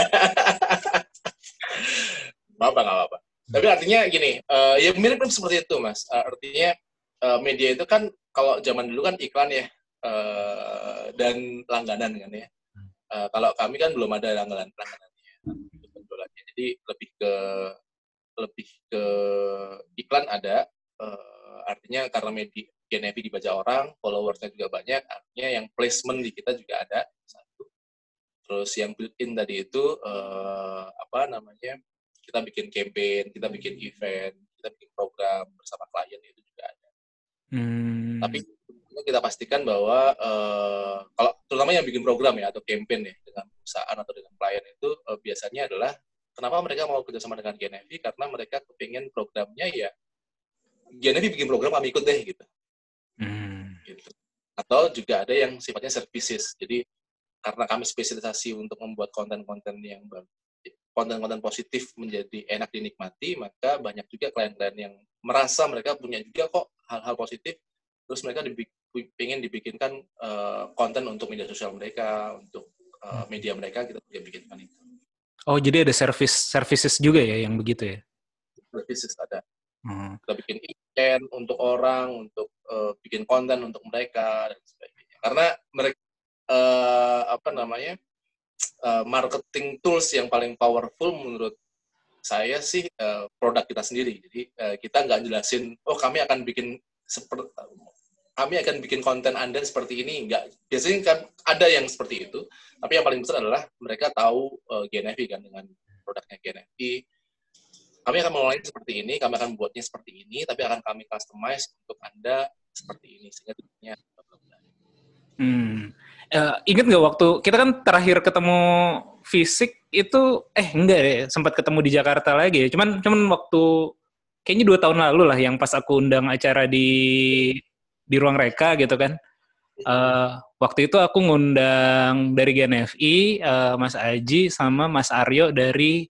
Nggak apa-apa. Tapi artinya gini, ya mirip seperti itu Mas. Artinya media itu kan kalau zaman dulu kan iklan ya, dan langganan kan ya. Kalau kami kan belum ada langganannya. Jadi lebih ke iklan ada, artinya karena media GNFI dibaca orang, followersnya juga banyak, artinya yang placement di kita juga ada satu. Terus yang built-in tadi itu kita bikin campaign, kita bikin event, kita bikin program bersama klien itu juga ada. Tapi kita pastikan bahwa kalau terutama yang bikin program ya atau campaign ya dengan perusahaan atau dengan klien itu biasanya adalah kenapa mereka mau kerjasama dengan GNFI karena mereka kepingin programnya ya GNFI bikin program kami ikut deh gitu. Gitu. Atau juga ada yang sifatnya services. Jadi karena kami spesialisasi untuk membuat konten-konten konten-konten positif menjadi enak dinikmati, maka banyak juga klien-klien yang merasa mereka punya juga kok hal-hal positif, terus mereka pengen dibikinkan konten untuk media sosial mereka, untuk media mereka, kita juga bikinkan itu. Oh, jadi ada services juga ya yang begitu ya? Services ada. Kita bikin event untuk orang, untuk bikin konten untuk mereka dan sebagainya. Karena mereka marketing tools yang paling powerful menurut saya sih produk kita sendiri. Jadi kita nggak jelasin, kami akan bikin konten Anda seperti ini. Nggak, biasanya kan ada yang seperti itu. Tapi yang paling besar adalah mereka tahu GNFI kan, dengan produknya GNFI. Kami akan mengelolanya seperti ini, kami akan membuatnya seperti ini, tapi akan kami customize untuk Anda seperti ini. Sehingga tujuannya ingat nggak waktu kita kan terakhir ketemu fisik itu enggak deh, sempat ketemu di Jakarta lagi ya. Cuman waktu kayaknya 2 tahun lalu lah yang pas aku undang acara di Ruang Reka gitu kan. Waktu itu aku ngundang dari GNFI, Mas Aji sama Mas Aryo dari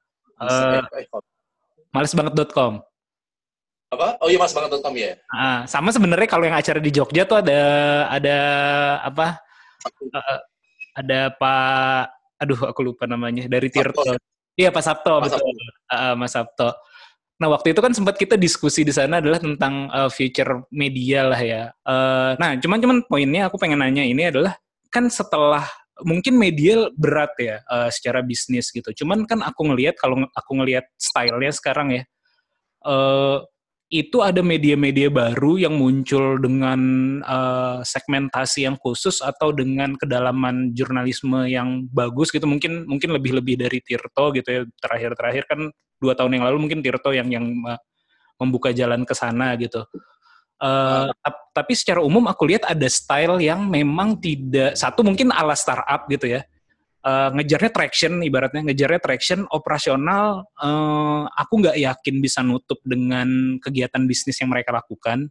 malesbanget.com. Apa? Oh iya, malesbanget.com ya. Sama sebenarnya kalau yang acara di Jogja tuh ada apa? Ada Pak, aku lupa namanya, dari Tirto. Iya, Pak Sabto, betul. Mas Sabto. Nah, waktu itu kan sempat kita diskusi di sana adalah tentang future media lah ya. Nah, cuman poinnya aku pengen nanya ini adalah, kan setelah mungkin media berat ya secara bisnis gitu. Cuman kan kalau aku ngelihat style-nya sekarang ya, itu ada media-media baru yang muncul dengan segmentasi yang khusus atau dengan kedalaman jurnalisme yang bagus gitu, mungkin lebih dari Tirto gitu ya. Terakhir kan 2 tahun yang lalu mungkin Tirto yang membuka jalan ke sana gitu. Tapi secara umum aku lihat ada style yang memang tidak, satu mungkin ala startup gitu ya, ngejarnya traction operasional, aku nggak yakin bisa nutup dengan kegiatan bisnis yang mereka lakukan,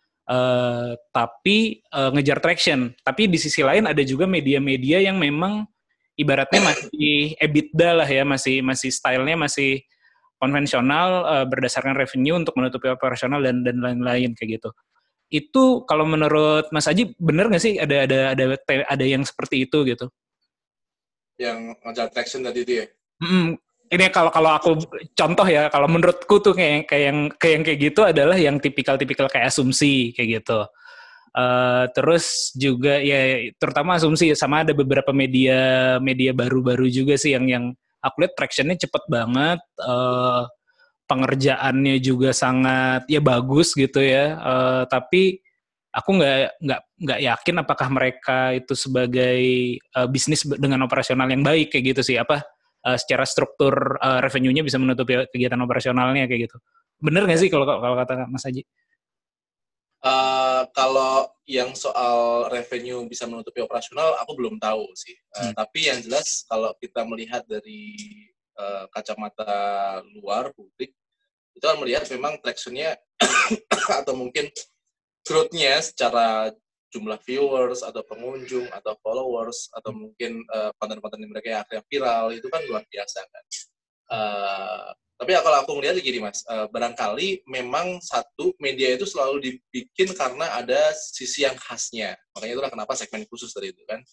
tapi ngejar traction. Tapi di sisi lain ada juga media-media yang memang ibaratnya masih EBITDA lah ya, masih stylenya masih konvensional, berdasarkan revenue untuk menutupi operasional dan lain-lain kayak gitu. Itu kalau menurut Mas Aji benar nggak sih ada yang seperti itu gitu? Yang ngejar traction tadi itu ya. Ini kalau aku contoh ya, kalau menurutku tuh kayak yang kayak gitu adalah yang tipikal kayak asumsi kayak gitu. Terus juga ya terutama asumsi, sama ada beberapa media baru-baru juga sih yang aku lihat tractionnya cepet banget, pengerjaannya juga sangat ya bagus gitu ya, tapi aku nggak yakin apakah mereka itu sebagai bisnis dengan operasional yang baik kayak gitu sih, secara struktur revenue-nya bisa menutupi kegiatan operasionalnya kayak gitu. Bener nggak sih kalau kata Mas Haji? Kalau yang soal revenue bisa menutupi operasional, aku belum tahu sih. Tapi yang jelas kalau kita melihat dari kacamata luar publik, itu kan melihat memang traction-nya atau mungkin growth-nya secara jumlah viewers atau pengunjung atau followers atau mungkin konten-konten mereka yang akhirnya viral itu kan luar biasa kan. Tapi kalau aku ngelihat gini Mas, barangkali memang satu media itu selalu dibikin karena ada sisi yang khasnya. Makanya itulah kenapa segmen khusus tadi itu kan,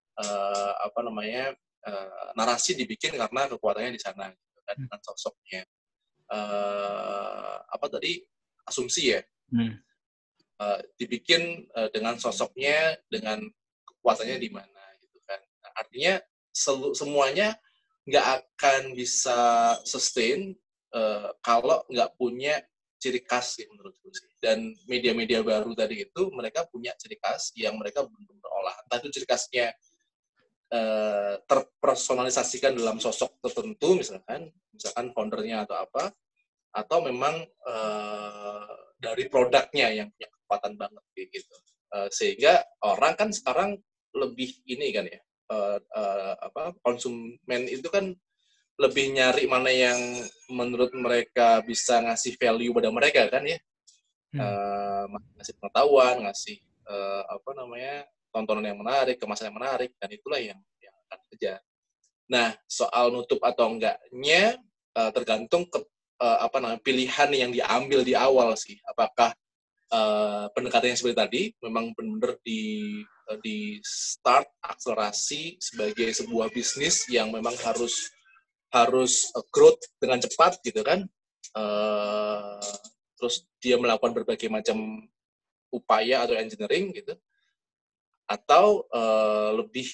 narasi dibikin karena kekuatannya di sana gitu kan, dengan sosoknya. Asumsi ya. Dibikin dengan sosoknya, dengan kekuatannya di mana gitu kan. Nah, artinya semuanya nggak akan bisa sustain kalau nggak punya ciri khas gitu menurutku sih. Dan media-media baru tadi itu mereka punya ciri khas yang mereka belum berolah. Entah itu ciri khasnya terpersonalisasikan dalam sosok tertentu, misalkan foundernya atau apa, atau memang dari produknya yang punya kekuatan banget gitu. Sehingga orang kan sekarang lebih ini kan ya, konsumen itu kan lebih nyari mana yang menurut mereka bisa ngasih value pada mereka kan ya, ngasih pengetahuan, ngasih tontonan yang menarik, kemasan yang menarik, dan itulah yang akan dikejar. Nah, soal nutup atau enggaknya tergantung pilihan yang diambil di awal sih. Apakah pendekatan yang seperti tadi memang benar-benar di start akselerasi sebagai sebuah bisnis yang memang harus growth dengan cepat gitu kan. Terus dia melakukan berbagai macam upaya atau engineering gitu, atau lebih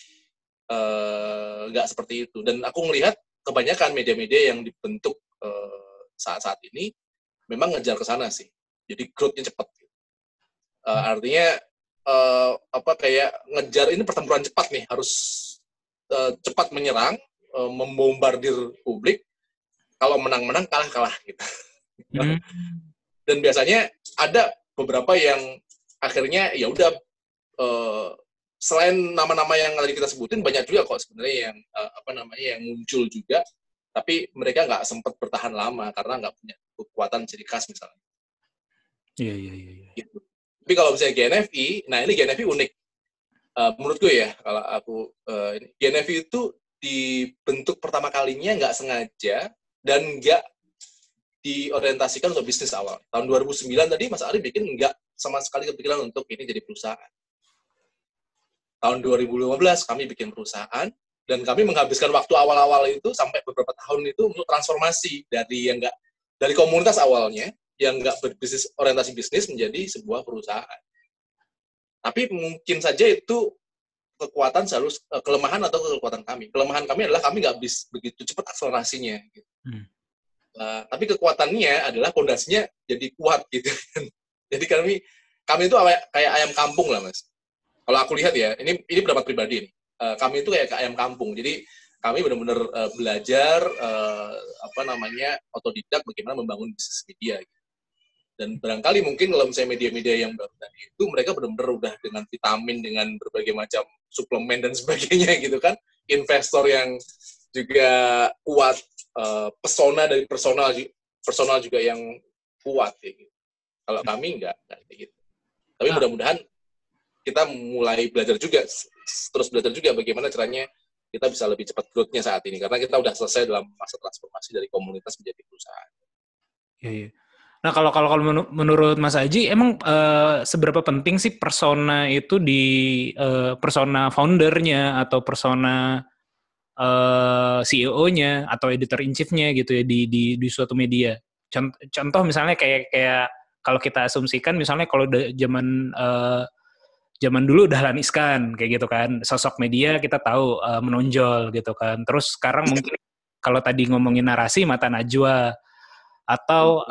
nggak seperti itu. Dan aku melihat kebanyakan media-media yang dibentuk saat-saat ini memang ngejar ke sana sih. Jadi growth-nya cepat. Artinya kayak ngejar ini pertempuran cepat nih, harus cepat menyerang, membombardir publik. Kalau menang-menang, kalah-kalah gitu. Dan biasanya ada beberapa yang akhirnya ya udah selain nama-nama yang tadi kita sebutin, banyak juga kok sebenarnya yang yang muncul juga, tapi mereka nggak sempat bertahan lama karena nggak punya kekuatan ciri khas misalnya. Iya. Gitu. Tapi kalau misalnya GNFI, nah ini GNFI unik. Menurut gue ya, kalau aku GNFI itu dibentuk pertama kalinya nggak sengaja dan nggak diorientasikan untuk bisnis awal. Tahun 2009 tadi Mas Ari bikin nggak sama sekali kepikiran untuk ini jadi perusahaan. Tahun 2015 kami bikin perusahaan dan kami menghabiskan waktu awal-awal itu sampai beberapa tahun itu untuk transformasi dari komunitas awalnya yang nggak berbisnis orientasi bisnis menjadi sebuah perusahaan. Tapi mungkin saja itu kelemahan atau kekuatan kami. Kelemahan kami adalah kami nggak begitu cepat akselerasinya. Gitu. Tapi kekuatannya adalah pondasinya jadi kuat gitu. Jadi kami itu kayak ayam kampung lah Mas. Kalau aku lihat ya, ini pendapat pribadi nih. Kami itu kayak ayam kampung. Jadi kami benar-benar belajar otodidak bagaimana membangun bisnis media. Gitu. Dan barangkali mungkin kalau misalnya media-media yang baru tadi itu mereka benar-benar udah dengan vitamin, dengan berbagai macam suplemen dan sebagainya gitu kan. Investor yang juga kuat, pesona dari personal juga yang kuat gitu. Kalau kami enggak kayak gitu. Tapi mudah-mudahan kita mulai belajar juga, terus belajar juga bagaimana caranya kita bisa lebih cepat growth-nya saat ini. Karena kita udah selesai dalam masa transformasi dari komunitas menjadi perusahaan. Iya. Nah, kalau menurut Mas Aji, emang seberapa penting sih persona itu di persona foundernya atau persona CEO-nya atau editor in chief-nya gitu ya di suatu media. Contoh misalnya kayak kalau kita asumsikan misalnya kalau zaman dulu Dahlan Iskan kayak gitu kan, sosok media kita tahu menonjol gitu kan. Terus sekarang mungkin kalau tadi ngomongin narasi Mata Najwa atau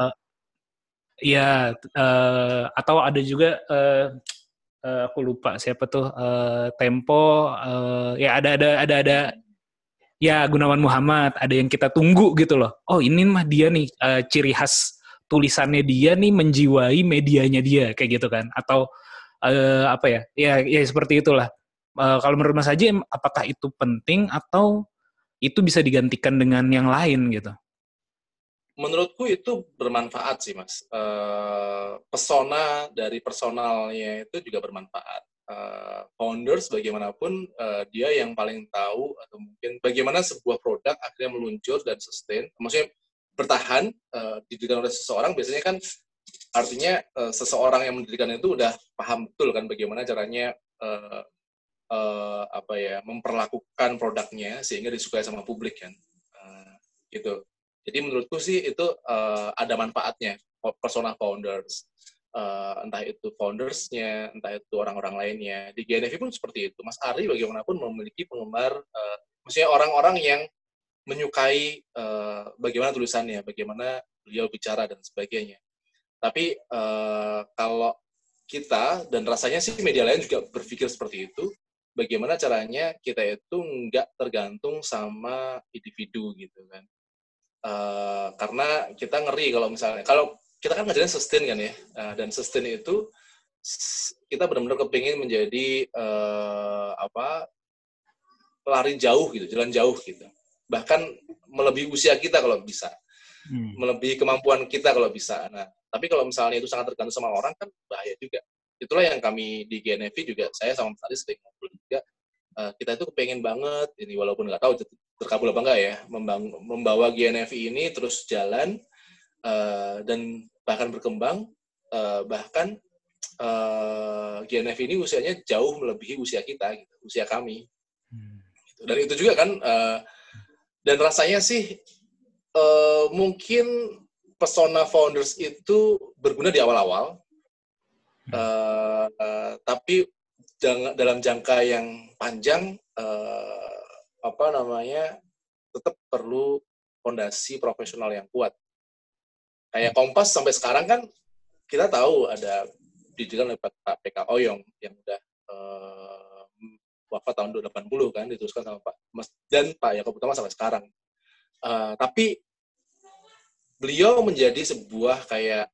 atau ada juga aku lupa siapa tuh Tempo ya ada ya Gunawan Muhammad, ada yang kita tunggu gitu loh. Oh ini mah dia nih ciri khas tulisannya dia nih menjiwai medianya dia kayak gitu kan. Atau ya seperti itulah. Kalau menurut Mas Haji, apakah itu penting atau itu bisa digantikan dengan yang lain gitu? Menurutku itu bermanfaat sih Mas. Pesona dari personalnya itu juga bermanfaat. Founders bagaimanapun dia yang paling tahu atau mungkin bagaimana sebuah produk akhirnya meluncur dan sustain. Maksudnya bertahan didirikan oleh seseorang biasanya kan artinya seseorang yang mendirikan itu udah paham betul kan bagaimana caranya memperlakukan produknya sehingga disukai sama publik kan. Gitu. Jadi menurutku sih itu ada manfaatnya persona founders, entah itu foundersnya, entah itu orang-orang lainnya. Di GNFI pun seperti itu. Mas Ari bagaimanapun memiliki penggemar, maksudnya orang-orang yang menyukai bagaimana tulisannya, bagaimana beliau bicara dan sebagainya. Tapi kalau kita dan rasanya sih media lain juga berpikir seperti itu. Bagaimana caranya kita itu nggak tergantung sama individu gitu kan. Karena kita ngeri kalau misalnya kita kan ngajarin sustain kan ya, dan sustain itu kita benar-benar kepingin menjadi lari jauh gitu, jalan jauh gitu, bahkan melebihi usia kita kalau bisa, melebihi kemampuan kita kalau bisa. Nah, tapi kalau misalnya itu sangat tergantung sama orang kan bahaya juga. itulah yang kami di GNFV juga, saya sama Mas Ali sering ngobrol juga, kita itu kepengen banget, ini walaupun nggak tahu terkabul apa enggak ya, membawa GNFV ini terus jalan, dan bahkan berkembang, bahkan GNFV ini usianya jauh melebihi usia kita, gitu, usia kami. Dan itu juga kan, dan rasanya sih mungkin pesona founders itu berguna di awal-awal, tapi dalam jangka yang panjang, tetap perlu fondasi profesional yang kuat. Kayak Kompas sampai sekarang kan kita tahu ada didikan oleh Pak PK Oyong yang udah wafat tahun 80 kan, diteruskan sama Pak Mas dan Pak Yakob Utama sampai sekarang. Tapi beliau menjadi sebuah kayak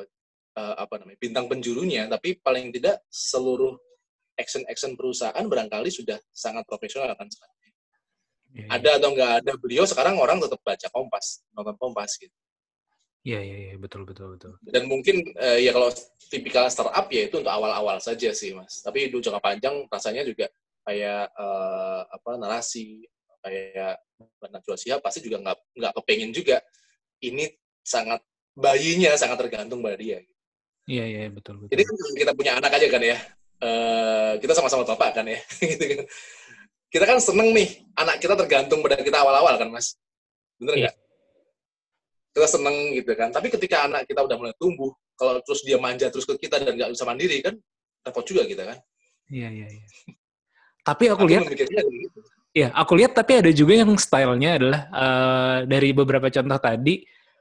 bintang penjurunya, tapi paling tidak seluruh action perusahaan barangkali sudah sangat profesional kan sekarang. Ada atau nggak ada beliau, sekarang orang tetap baca Kompas, nonton Kompas gitu. Iya, betul. Dan mungkin ya kalau tipikal startup ya itu untuk awal-awal saja sih, Mas. Tapi untuk jangka panjang rasanya juga kayak narasi, kayak Najwa Shihab pasti juga nggak kepengen juga. Ini bayinya sangat tergantung pada dia. Iya, betul. Jadi kan kita punya anak aja kan ya. Kita sama-sama bapak kan ya. Gitu kan. Kita kan seneng nih, anak kita tergantung pada kita awal-awal kan, Mas. Bener nggak? Kita seneng gitu kan. Tapi ketika anak kita udah mulai tumbuh, kalau terus dia manja terus ke kita dan nggak bisa mandiri kan, repot juga kita kan. Iya. Tapi aku lihat, gitu. Ya, aku lihat tapi ada juga yang stylenya adalah dari beberapa contoh tadi,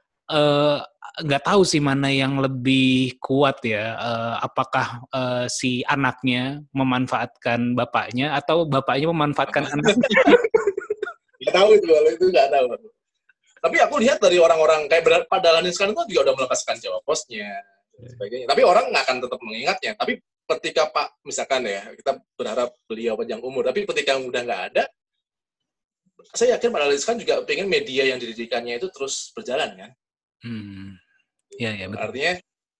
nggak tahu sih mana yang lebih kuat ya. Apakah si anaknya memanfaatkan bapaknya atau bapaknya memanfaatkan anaknya? Nggak tahu itu nggak tahu. Tapi aku lihat dari orang-orang kayak Pak Dahlan Iskan itu juga udah melepaskan Jawa Postnya dan sebagainya. Tapi orang nggak akan tetap mengingatnya. Tapi ketika Pak, misalkan ya, kita berharap beliau panjang umur, tapi ketika udah nggak ada, saya yakin Pak Dahlan Iskan juga pengen media yang didirikannya itu terus berjalan kan. Iya, betul. Artinya,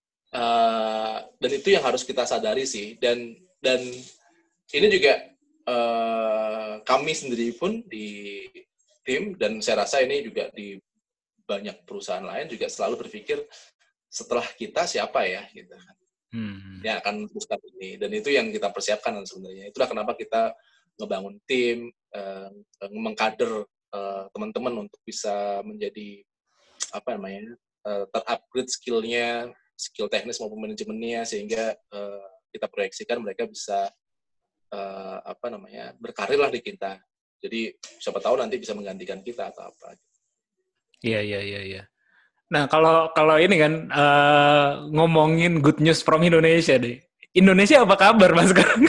dan itu yang harus kita sadari sih. Dan ini juga kami sendiri pun di tim, dan saya rasa ini juga di banyak perusahaan lain juga selalu berpikir setelah kita siapa ya gitu kan. Yang akan teruskan ini, dan itu yang kita persiapkan sebenarnya. Itulah kenapa kita ngebangun tim, mengkader teman-teman untuk bisa menjadi terupgrade skillnya, skill teknis maupun manajemennya, sehingga kita proyeksikan mereka bisa berkarir lah di kita. Jadi siapa tahu nanti bisa menggantikan kita atau apa. Iya. Nah, kalau ini kan ngomongin good news from Indonesia deh. Indonesia apa kabar Mas sekarang?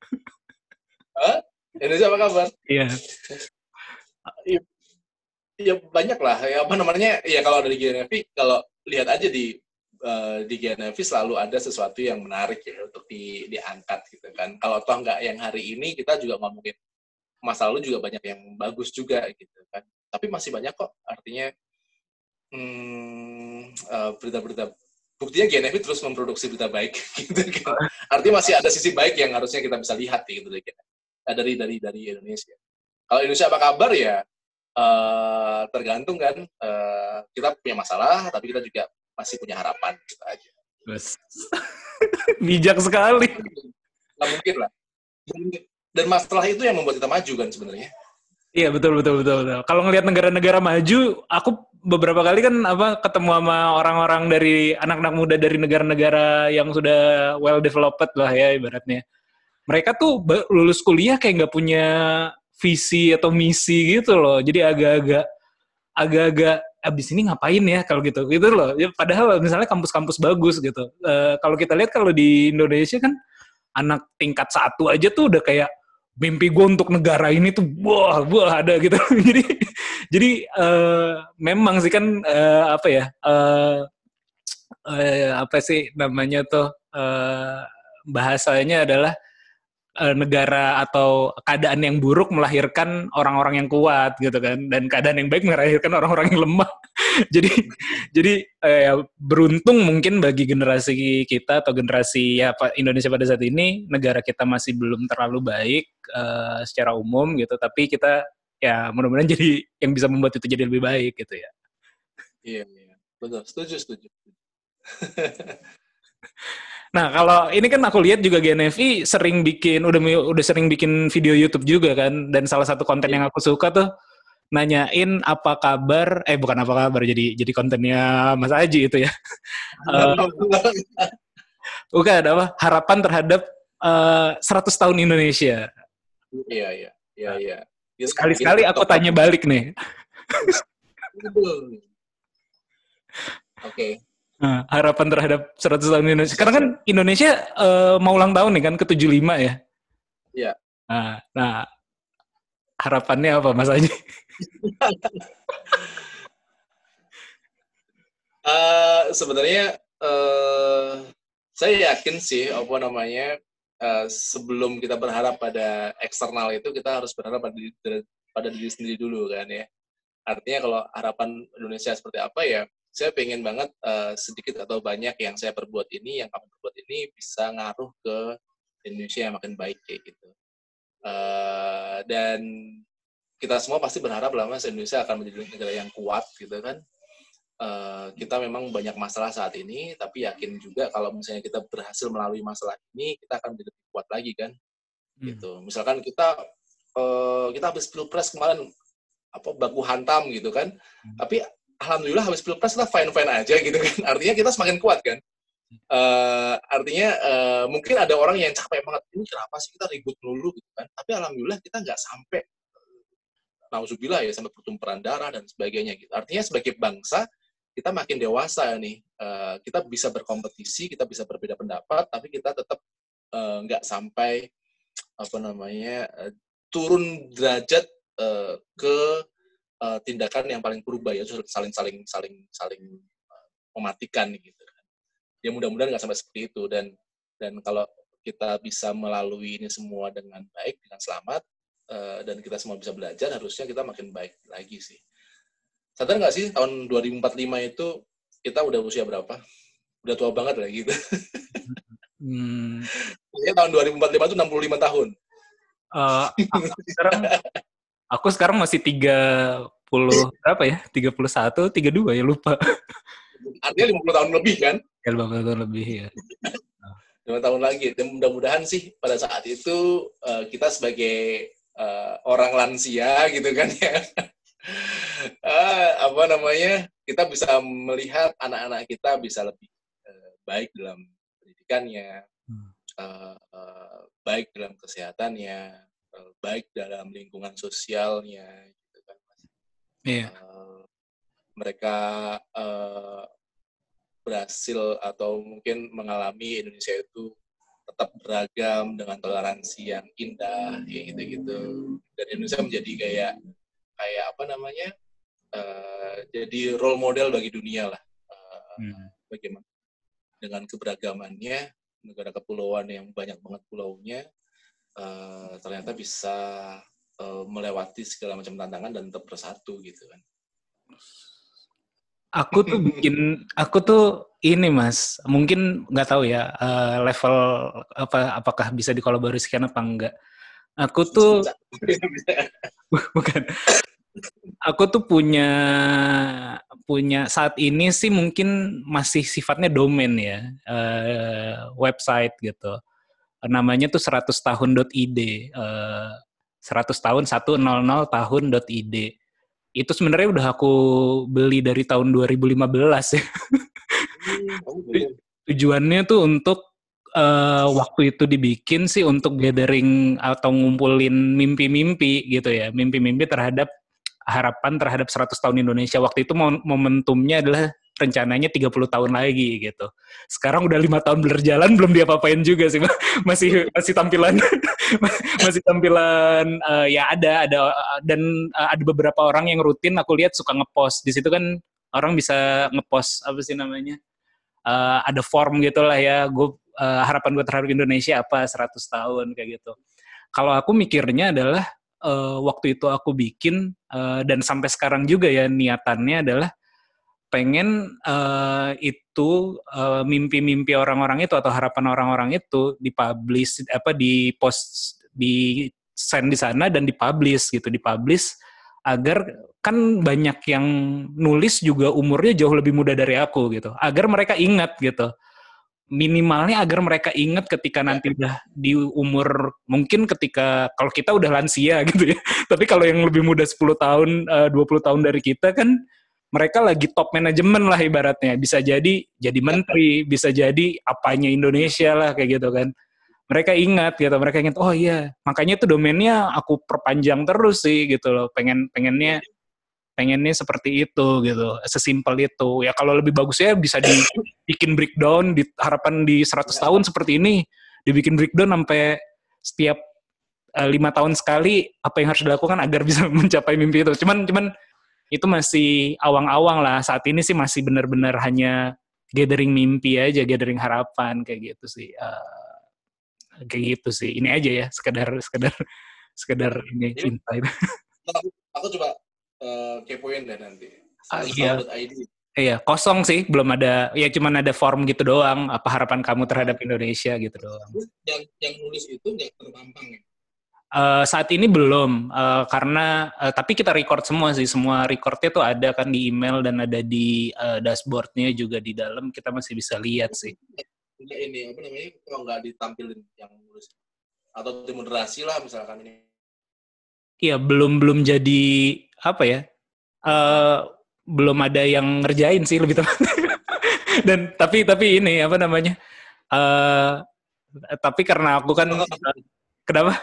Indonesia apa kabar? Iya. Ya banyak lah. Ya kalau dari GNFV, kalau lihat aja di GNFV selalu ada sesuatu yang menarik ya untuk diangkat gitu kan. Kalau toh nggak yang hari ini, kita juga ngomongin masa lalu juga banyak yang bagus juga gitu kan. Tapi masih banyak kok, artinya berita-berita, buktinya GNFV terus memproduksi berita baik gitu kan. Artinya masih ada sisi baik yang harusnya kita bisa lihat gitu dari Indonesia. Kalau Indonesia apa kabar ya, tergantung kan, kita punya masalah tapi kita juga masih punya harapan gitu aja. Bijak sekali. Nggak mungkin lah. Dan masalah itu yang membuat kita maju kan sebenarnya. Iya, betul. Kalau ngelihat negara-negara maju, aku beberapa kali kan ketemu sama orang-orang dari anak-anak muda dari negara-negara yang sudah well developed lah ya ibaratnya. Mereka tuh lulus kuliah kayak nggak punya visi atau misi gitu loh. Jadi agak-agak abis ini ngapain ya kalau gitu loh. Ya, padahal misalnya kampus-kampus bagus gitu. Kalau kita lihat kalau di Indonesia kan anak tingkat 1 aja tuh udah kayak mimpi gue untuk negara ini tuh wah ada gitu. jadi memang sih kan apa sih namanya tuh bahasanya adalah negara atau keadaan yang buruk melahirkan orang-orang yang kuat gitu kan, dan keadaan yang baik melahirkan orang-orang yang lemah. jadi jadi ya, beruntung mungkin bagi generasi kita atau generasi ya Indonesia pada saat ini, negara kita masih belum terlalu baik secara umum gitu, tapi kita ya mudah-mudahan jadi yang bisa membuat itu jadi lebih baik gitu ya. Iya, betul, setuju. Nah, kalau ini kan aku lihat juga GNFI sering bikin, udah sering bikin video YouTube juga kan, dan salah satu konten yang aku suka tuh nanyain apa kabar, bukan apa kabar, jadi kontennya Mas Aji itu ya. Bukan, apa, harapan terhadap 100 tahun Indonesia. Iya. Ya, Sekali-sekali aku tanya balik nih. Oke. Nah, harapan terhadap 100 tahun Indonesia. Karena kan Indonesia mau ulang tahun nih kan, ke-75 ya. Iya. Nah, harapannya apa Mas Aji? Sebenarnya saya yakin sih sebelum kita berharap pada eksternal itu, kita harus berharap pada diri sendiri dulu kan ya. Artinya kalau harapan Indonesia seperti apa ya, saya pengen banget sedikit atau banyak yang saya perbuat ini, yang kamu perbuat ini bisa ngaruh ke Indonesia yang makin baik kayak gitu. Dan kita semua pasti berharap lah Mas, Indonesia akan menjadi negara yang kuat gitu kan. Kita memang banyak masalah saat ini, tapi yakin juga kalau misalnya kita berhasil melalui masalah ini, kita akan menjadi lebih kuat lagi kan. Gitu. Misalkan kita habis pilpres kemarin baku hantam gitu kan, tapi alhamdulillah habis pilpres kita fine aja gitu kan. Artinya kita semakin kuat kan. Artinya mungkin ada orang yang capek banget, ini kenapa sih kita ribut dulu gitu kan, tapi alhamdulillah kita nggak sampai nauzubillah ya, sampai pertumpahan darah dan sebagainya gitu. Artinya sebagai bangsa kita makin dewasa nih, kita bisa berkompetisi, kita bisa berbeda pendapat, tapi kita tetap nggak sampai turun derajat ke tindakan yang paling purba, ya saling mematikan gitu. Ya mudah-mudahan nggak sampai seperti itu, dan kalau kita bisa melalui ini semua dengan baik, dengan selamat, dan kita semua bisa belajar, harusnya kita makin baik lagi sih. Sadar nggak sih tahun 2045 itu kita udah usia berapa? Udah tua banget lah gitu. Ya, tahun 2045 itu 65 tahun. Aku sekarang masih 30 berapa ya? 31, 32 ya, lupa. Artinya 50 tahun lebih kan? Ya, 50 tahun lebih ya. 5 tahun lagi. Dan mudah-mudahan sih pada saat itu kita sebagai orang lansia gitu kan ya. Kita bisa melihat anak-anak kita bisa lebih baik dalam pendidikannya, baik dalam kesehatannya, baik dalam lingkungan sosialnya, gitu kan Mas. Iya. Mereka berhasil atau mungkin mengalami Indonesia itu tetap beragam dengan toleransi yang indah, kayak gitu-gitu. Dan Indonesia menjadi kayak jadi role model bagi dunia lah. Bagaimana dengan keberagamannya, negara kepulauan yang banyak banget pulaunya, ternyata bisa melewati segala macam tantangan dan tetap bersatu gitu kan. Aku tuh ini Mas, mungkin nggak tahu ya level apakah bisa dikolaborasikan apa enggak. Aku tuh bukan. Aku tuh punya saat ini sih mungkin masih sifatnya domain ya, website gitu. Namanya tuh 100tahun.id, 100 tahun 100 tahun.id. Itu sebenarnya udah aku beli dari tahun 2015 ya. Tujuannya tuh untuk waktu itu dibikin sih untuk gathering atau ngumpulin mimpi-mimpi gitu ya. Mimpi-mimpi terhadap harapan terhadap 100 tahun Indonesia. Waktu itu momentumnya adalah rencananya 30 tahun lagi gitu. Sekarang udah 5 tahun berjalan belum diapa-apain juga sih. Masih tampilan masih tampilan ya ada dan ada beberapa orang yang rutin aku lihat suka ngepost. Di situ kan orang bisa ngepost apa sih namanya? Ada form gitulah ya. Harapan gue terhadap Indonesia apa 100 tahun kayak gitu. Kalau aku mikirnya adalah waktu itu aku bikin dan sampai sekarang juga ya niatannya adalah pengen itu mimpi-mimpi orang-orang itu atau harapan orang-orang itu dipublish di post di send di sana dan dipublish agar kan banyak yang nulis juga umurnya jauh lebih muda dari aku gitu, agar mereka ingat gitu, minimalnya agar mereka ingat ketika nanti udah di umur, mungkin ketika kalau kita udah lansia gitu ya, tapi kalau yang lebih muda 10 tahun, 20 tahun dari kita kan mereka lagi top manajemen lah ibaratnya, bisa jadi menteri, bisa jadi apanya Indonesia lah kayak gitu kan. Mereka ingat oh iya, makanya tuh domainnya aku perpanjang terus sih gitu loh, pengennya seperti itu gitu, sesimpel itu. Ya kalau lebih bagusnya bisa dibikin breakdown, harapan di 100 tahun seperti ini, dibikin breakdown sampai setiap 5 tahun sekali apa yang harus dilakukan agar bisa mencapai mimpi itu. Cuman itu masih awang-awang lah. Saat ini sih masih benar-benar hanya gathering mimpi aja, gathering harapan kayak gitu sih. Kayak gitu sih. Ini aja ya, sekedar ini insight. Aku coba kepoin deh nanti. Iya. 100tahun.id. Iya, kosong sih, belum ada, ya cuman ada form gitu doang, apa harapan kamu terhadap Indonesia gitu doang. Yang nulis itu nggak terpampang ya? Saat ini belum, karena tapi kita record semua recordnya tuh ada kan di email dan ada di dashboardnya juga di dalam, kita masih bisa lihat sih. Enggak ini apa namanya, kalau nggak ditampilin yang nulis atau dimoderasi lah misalkan ini. Iya, belum jadi apa ya? Belum ada yang ngerjain sih lebih tepat. Dan tapi ini apa namanya? Tapi karena aku kan kenapa?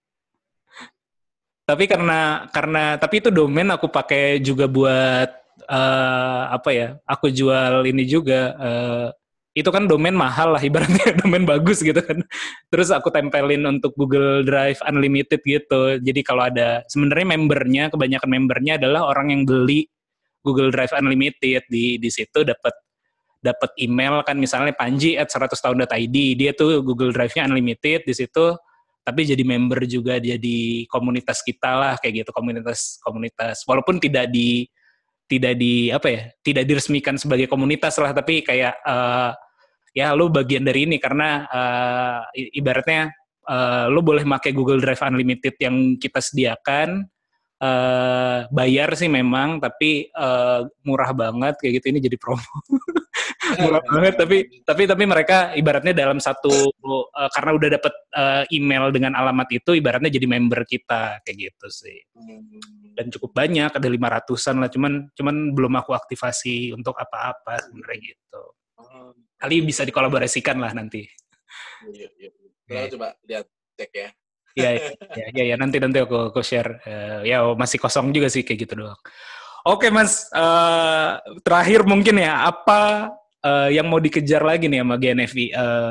Tapi karena tapi itu domain aku pakai juga buat apa ya? Aku jual ini juga. Itu kan domain mahal lah ibaratnya, domain bagus gitu kan. Terus aku tempelin untuk Google Drive Unlimited gitu. Jadi kalau ada sebenarnya kebanyakan membernya adalah orang yang beli Google Drive Unlimited, di situ dapat email kan, misalnya panji@100tahun.id, dia tuh Google Drive-nya unlimited di situ, tapi jadi member juga, jadi komunitas kita lah kayak gitu, komunitas walaupun tidak di apa ya, tidak diresmikan sebagai komunitas lah, tapi kayak ya lu bagian dari ini karena ibaratnya lu boleh pakai Google Drive Unlimited yang kita sediakan, bayar sih memang, tapi murah banget kayak gitu, ini jadi promo. Murah banget, tapi mereka ibaratnya dalam satu karena udah dapat email dengan alamat itu, ibaratnya jadi member kita kayak gitu sih. Dan cukup banyak, ada 500-an lah, cuman belum aku aktivasi untuk apa-apa sebenarnya gitu. Kali bisa dikolaborasikan lah nanti. Iya. Kita coba lihat, cek ya. Iya, nanti aku share. Ya masih kosong juga sih kayak gitu doang. Oke Mas, terakhir mungkin ya, apa yang mau dikejar lagi nih sama GNFI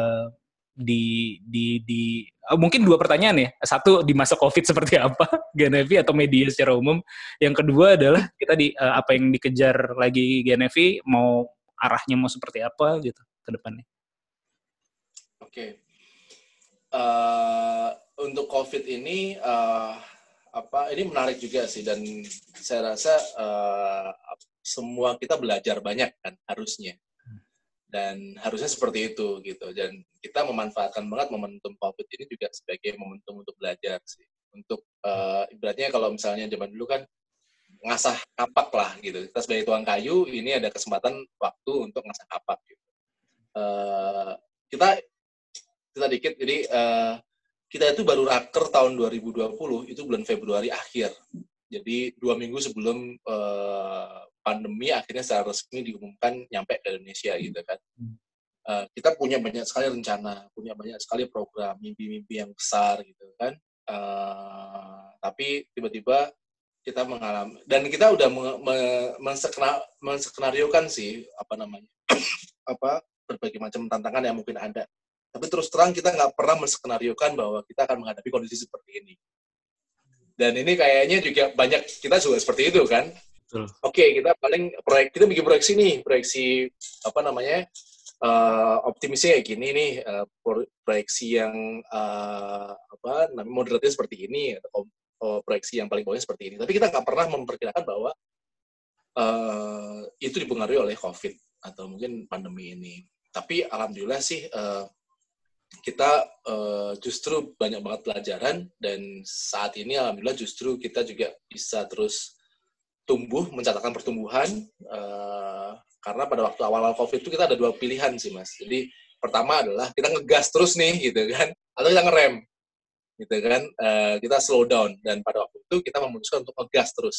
mungkin 2 pertanyaan ya. Satu, di masa COVID seperti apa GNFI atau media secara umum. Yang kedua adalah kita apa yang dikejar lagi GNFI, mau arahnya mau seperti apa gitu ke depannya. Oke. Untuk COVID ini ini menarik juga sih, dan saya rasa semua kita belajar banyak kan harusnya, dan harusnya seperti itu gitu, dan kita memanfaatkan banget momentum COVID ini juga sebagai momentum untuk belajar sih, untuk ibaratnya kalau misalnya zaman dulu kan ngasah kapak lah gitu, kita sebagai tukang kayu ini ada kesempatan waktu untuk ngasah kapak gitu. Kita dikit, jadi kita itu baru raker tahun 2020 itu bulan Februari akhir. Jadi 2 minggu sebelum pandemi akhirnya secara resmi diumumkan nyampe ke Indonesia gitu kan. Kita punya banyak sekali rencana, punya banyak sekali program, mimpi-mimpi yang besar gitu kan. Tapi tiba-tiba kita mengalami, dan kita udah menskenariokan sih berbagai macam tantangan yang mungkin ada. Tapi terus terang kita nggak pernah menskenariokan bahwa kita akan menghadapi kondisi seperti ini. Dan ini kayaknya juga banyak kita juga seperti itu kan. Oke, kita kita bikin proyeksi optimisnya kayak gini nih, proyeksi yang moderatnya seperti ini, atau proyeksi yang paling bawahnya seperti ini. Tapi kita nggak pernah memperkirakan bahwa itu dipengaruhi oleh COVID atau mungkin pandemi ini. Tapi alhamdulillah sih kita justru banyak banget pelajaran, dan saat ini alhamdulillah justru kita juga bisa terus tumbuh, mencatatkan pertumbuhan, karena pada waktu awal-awal COVID itu kita ada 2 pilihan sih Mas. Jadi pertama adalah kita ngegas terus nih gitu kan, atau kita ngerem gitu kan, kita slow down, dan pada waktu itu kita memutuskan untuk ngegas terus.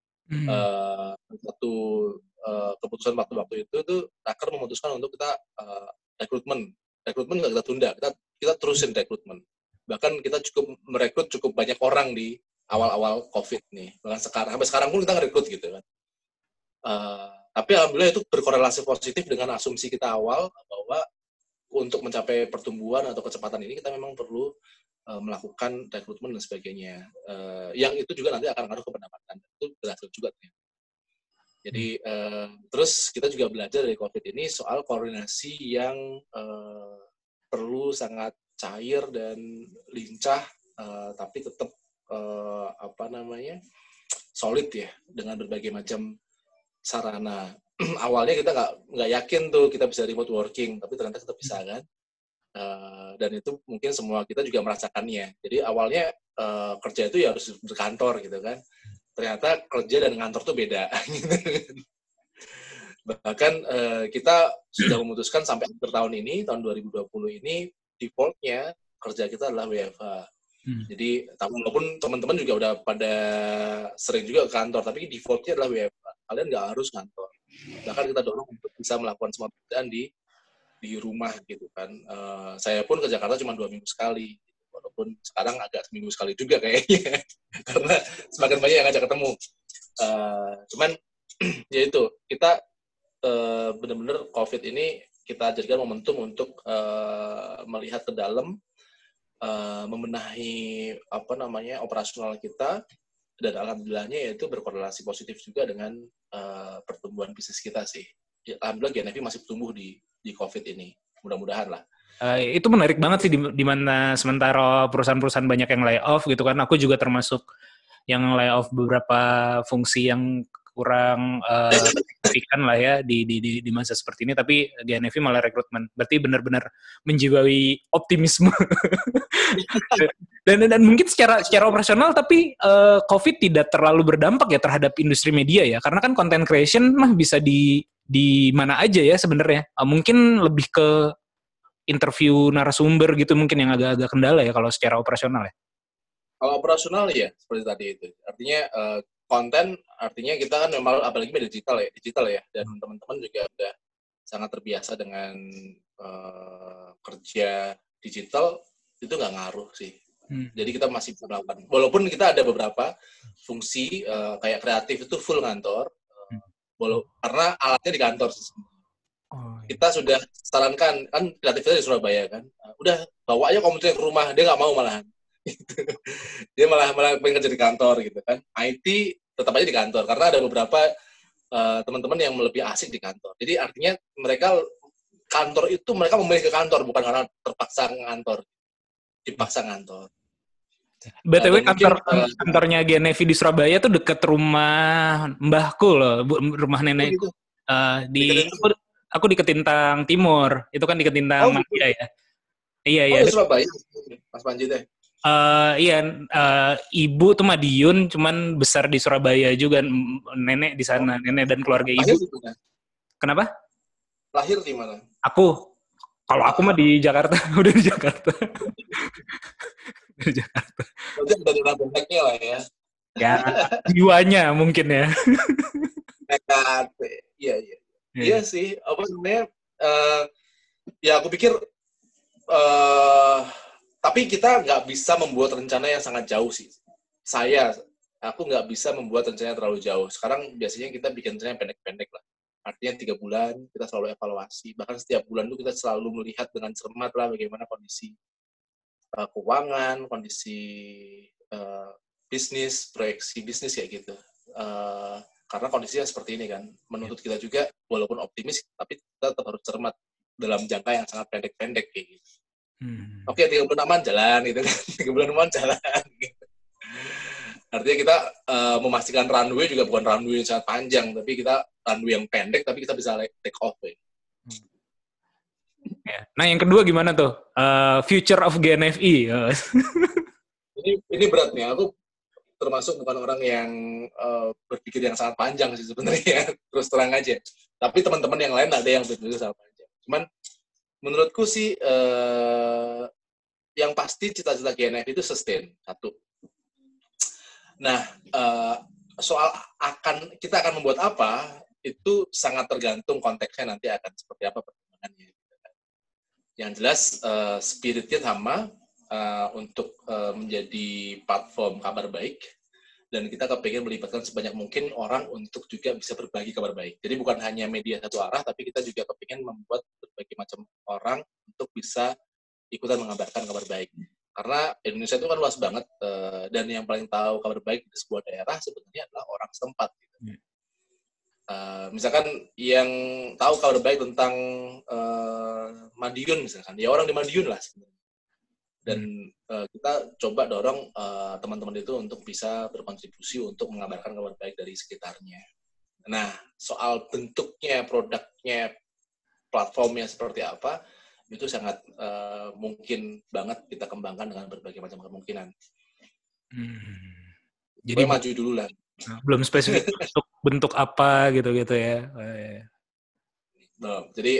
Satu keputusan waktu itu tuh Taker memutuskan untuk kita rekrutmen nggak kita tunda, kita terusin rekrutmen. Bahkan kita merekrut cukup banyak orang di awal-awal COVID nih. Bahkan sampai sekarang pun kita ngerekrut gitu kan. Tapi alhamdulillah itu berkorelasi positif dengan asumsi kita awal bahwa untuk mencapai pertumbuhan atau kecepatan ini kita memang perlu melakukan rekrutmen dan sebagainya. Yang itu juga nanti akan ngaruh ke pendapatan. Itu berhasil juga ternyata. Jadi terus kita juga belajar dari COVID ini soal koordinasi yang perlu sangat cair dan lincah, tapi tetap solid ya, dengan berbagai macam sarana. Awalnya kita nggak yakin tuh kita bisa remote working, tapi ternyata kita bisa kan. Dan itu mungkin semua kita juga merasakannya. Jadi awalnya kerja itu ya harus berkantor gitu kan. Ternyata kerja dan kantor tuh beda. Bahkan kita sudah memutuskan sampai akhir tahun ini, tahun 2020 ini, default-nya kerja kita adalah WFH. Jadi walaupun teman-teman juga udah pada sering juga ke kantor, tapi default-nya adalah WFH. Kalian nggak harus kantor. Bahkan kita dorong untuk bisa melakukan semua pekerjaan di rumah gitu kan. Saya pun ke Jakarta cuma 2 minggu sekali, walaupun sekarang agak seminggu sekali juga kayaknya, karena semakin banyak yang ngajak ketemu. Cuman ya itu, kita benar-benar COVID ini kita jadikan momentum untuk melihat ke dalam, membenahi operasional kita, dan alhamdulillahnya yaitu berkorelasi positif juga dengan pertumbuhan bisnis kita sih. Alhamdulillah GNFI masih tumbuh di COVID ini, mudah-mudahan lah. Itu menarik banget sih, di mana sementara perusahaan-perusahaan banyak yang lay off gitu kan, aku juga termasuk yang lay off beberapa fungsi yang kurang signifikan lah ya di masa seperti ini, tapi GNFI malah rekrutmen. Berarti benar-benar menjiwai optimisme. dan mungkin secara operasional, tapi COVID tidak terlalu berdampak ya terhadap industri media ya, karena kan content creation mah bisa di mana aja ya sebenarnya. Mungkin lebih ke interview narasumber gitu mungkin yang agak-agak kendala ya kalau secara operasional ya. Kalau operasional ya seperti tadi itu. Artinya konten, artinya kita kan memang apalagi media digital ya, dan teman-teman juga udah sangat terbiasa dengan kerja digital, itu nggak ngaruh sih. Jadi kita masih bisa melakukan, walaupun kita ada beberapa fungsi kayak kreatif itu full kantor, karena alatnya di kantor sih. Kita sudah sarankan, kan kreatifnya di Surabaya kan, udah bawa aja komputernya ke rumah, dia nggak mau malahan. Dia malah pengen kerja di kantor gitu kan. IT tetap aja di kantor karena ada beberapa teman-teman yang lebih asik di kantor. Jadi artinya mereka memilih ke kantor bukan karena terpaksa ngantor, dipaksa ngantor. BTW kantornya GNFI di Surabaya tuh deket rumah mbahku loh, rumah nenekku. Aku di Ketintang Timur, itu kan di Ketintang Madia ya. Iya. Di Surabaya, Mas Panji teh. Ibu tuh Madiun, cuman besar di Surabaya juga, nenek di sana, nenek dan keluarga ibu. Kenapa? Lahir di mana? Kalau aku mah di Jakarta, udah di Jakarta. Di Jakarta. Berarti udah di Raboneknya lah ya. Ya, jiwanya mungkin ya. Iya. Iya sih, apa sebenarnya? Ya aku pikir, tapi kita nggak bisa membuat rencana yang sangat jauh sih. Aku nggak bisa membuat rencana yang terlalu jauh. Sekarang biasanya kita bikin rencana yang pendek-pendek lah. Artinya 3 bulan kita selalu evaluasi. Bahkan setiap bulan itu kita selalu melihat dengan cermat lah bagaimana kondisi keuangan, kondisi bisnis, proyeksi bisnis kayak gitu. Karena kondisinya seperti ini kan, menuntut kita juga walaupun optimis, tapi kita tetap harus cermat dalam jangka yang sangat pendek-pendek kayak gitu. Oke, 3 bulan aman jalan gitu kan, 3 bulan aman jalan gitu. Artinya kita memastikan runway juga bukan runway yang sangat panjang, tapi kita runway yang pendek, tapi kita bisa take off. Ya. Ya. Nah, yang kedua gimana tuh? Future of GNFI. Ini berat nih. Aku termasuk bukan orang yang berpikir yang sangat panjang sih sebenarnya. Terus terang aja. Tapi teman-teman yang lain ada yang berpikir sangat panjang. Cuman menurutku sih yang pasti cita-cita GNFI itu sustain. Satu. Nah, soal kita akan membuat apa, itu sangat tergantung konteksnya nanti akan seperti apa perkembangannya. Yang jelas, spiritnya sama untuk menjadi platform kabar baik, dan kita kepingin melibatkan sebanyak mungkin orang untuk juga bisa berbagi kabar baik. Jadi bukan hanya media satu arah, tapi kita juga kepingin membuat berbagai macam orang untuk bisa ikutan mengabarkan kabar baik. Karena Indonesia itu kan luas banget, dan yang paling tahu kabar baik di sebuah daerah sebenarnya adalah orang setempat. Gitu. Misalkan yang tahu kabar baik tentang Madiun misalkan, ya orang di Madiun lah sebenarnya. Dan kita coba dorong teman-teman itu untuk bisa berkontribusi untuk mengabarkan kabar baik dari sekitarnya. Nah, soal bentuknya, produknya, platformnya seperti apa, itu sangat mungkin banget kita kembangkan dengan berbagai macam kemungkinan. Jadi maju dulu lah. Belum spesifik bentuk apa gitu-gitu ya. Belum. Jadi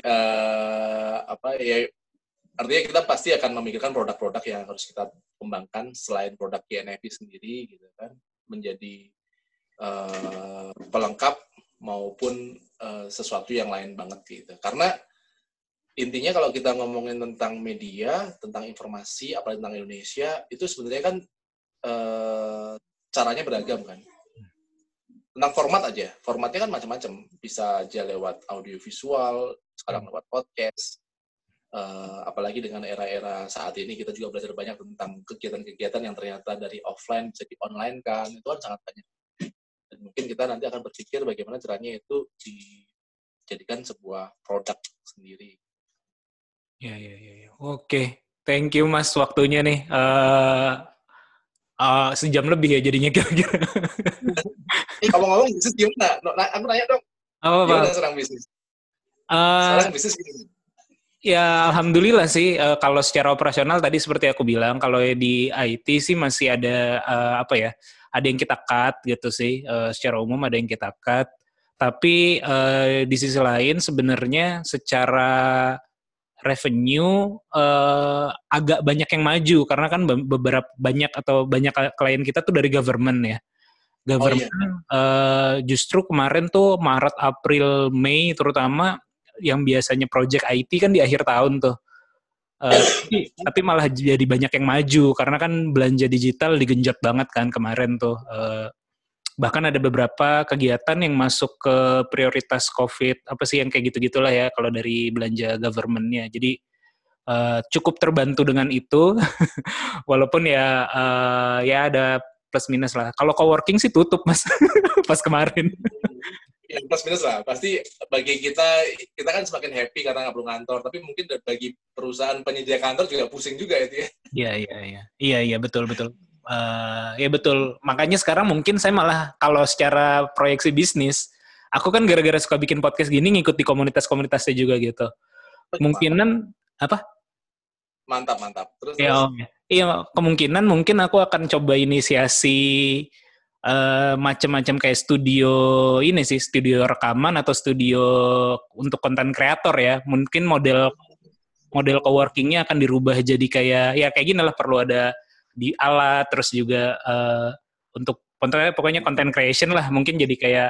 artinya kita pasti akan memikirkan produk-produk yang harus kita kembangkan selain produk GNFI sendiri gitu kan, menjadi pelengkap maupun sesuatu yang lain banget gitu. Karena intinya kalau kita ngomongin tentang media, tentang informasi, apalagi tentang Indonesia, itu sebenarnya kan caranya beragam kan. Tentang format aja, formatnya kan macam-macam. Bisa aja lewat audio visual, sekarang lewat podcast. Apalagi dengan era-era saat ini kita juga belajar banyak tentang kegiatan-kegiatan yang ternyata dari offline bisa di online kan, itu kan sangat banyak. Dan mungkin kita nanti akan berpikir bagaimana caranya itu dijadikan sebuah produk sendiri. Ya. Oke. Thank you Mas waktunya nih. Sejam lebih ya jadinya kira-kira. Kalau ngomong bisnis gimana? Aku nanya dong. Gimana sekarang bisnis? Sekarang bisnis gimana? Ya alhamdulillah sih kalau secara operasional tadi seperti aku bilang, kalau di IT sih masih ada ada yang kita cut gitu sih, secara umum ada yang kita cut, tapi di sisi lain sebenarnya secara revenue agak banyak yang maju karena kan beberapa banyak klien kita tuh dari government ya. Government justru kemarin tuh Maret, April, Mei terutama yang biasanya project IT kan di akhir tahun tuh. Tapi malah jadi banyak yang maju karena kan belanja digital digenjot banget kan kemarin tuh. Bahkan ada beberapa kegiatan yang masuk ke prioritas COVID, apa sih yang kayak gitu-gitulah ya kalau dari belanja government-nya. Jadi cukup terbantu dengan itu. Walaupun ya ada plus minus lah. Kalau coworking sih tutup Mas pas kemarin. Ya, plus minus lah. Pasti bagi kita kan semakin happy karena nggak perlu kantor. Tapi mungkin bagi perusahaan penyedia kantor juga pusing juga itu ya. Iya betul. Ya betul. Makanya sekarang mungkin saya malah kalau secara proyeksi bisnis, aku kan gara-gara suka bikin podcast gini ngikut di komunitas-komunitasnya juga gitu. Kemungkinan apa? Mantap. Terus. Iya, kemungkinan mungkin aku akan coba inisiasi macam-macam kayak studio rekaman atau studio untuk konten kreator ya. Mungkin model coworkingnya akan dirubah jadi kayak gini lah, perlu ada di alat, terus juga untuk pokoknya content creation lah, mungkin jadi kayak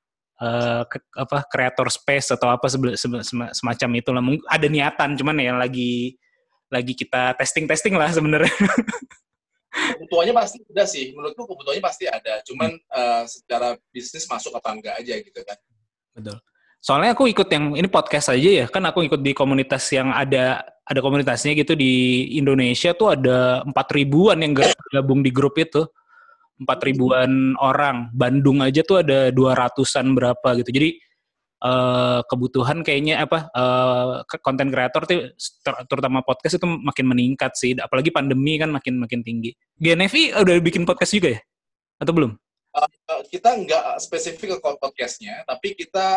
creator space atau apa semacam itulah. Ada niatan, cuman ya lagi kita testing lah sebenarnya. Kebutuhannya pasti ada sih, menurutku kebutuhannya pasti ada, cuman secara bisnis masuk apa enggak aja gitu kan. Betul. Soalnya aku ikut yang ini podcast aja ya, kan aku ikut di komunitas yang ada komunitasnya gitu di Indonesia tuh ada 4.000-an yang gabung di grup itu. 4.000-an orang. Bandung aja tuh ada 200-an berapa gitu. Jadi kebutuhan kayaknya konten kreator tuh terutama podcast itu makin meningkat sih, apalagi pandemi kan makin tinggi. GNFI udah bikin podcast juga ya atau belum? kita nggak spesifik ke podcastnya, tapi kita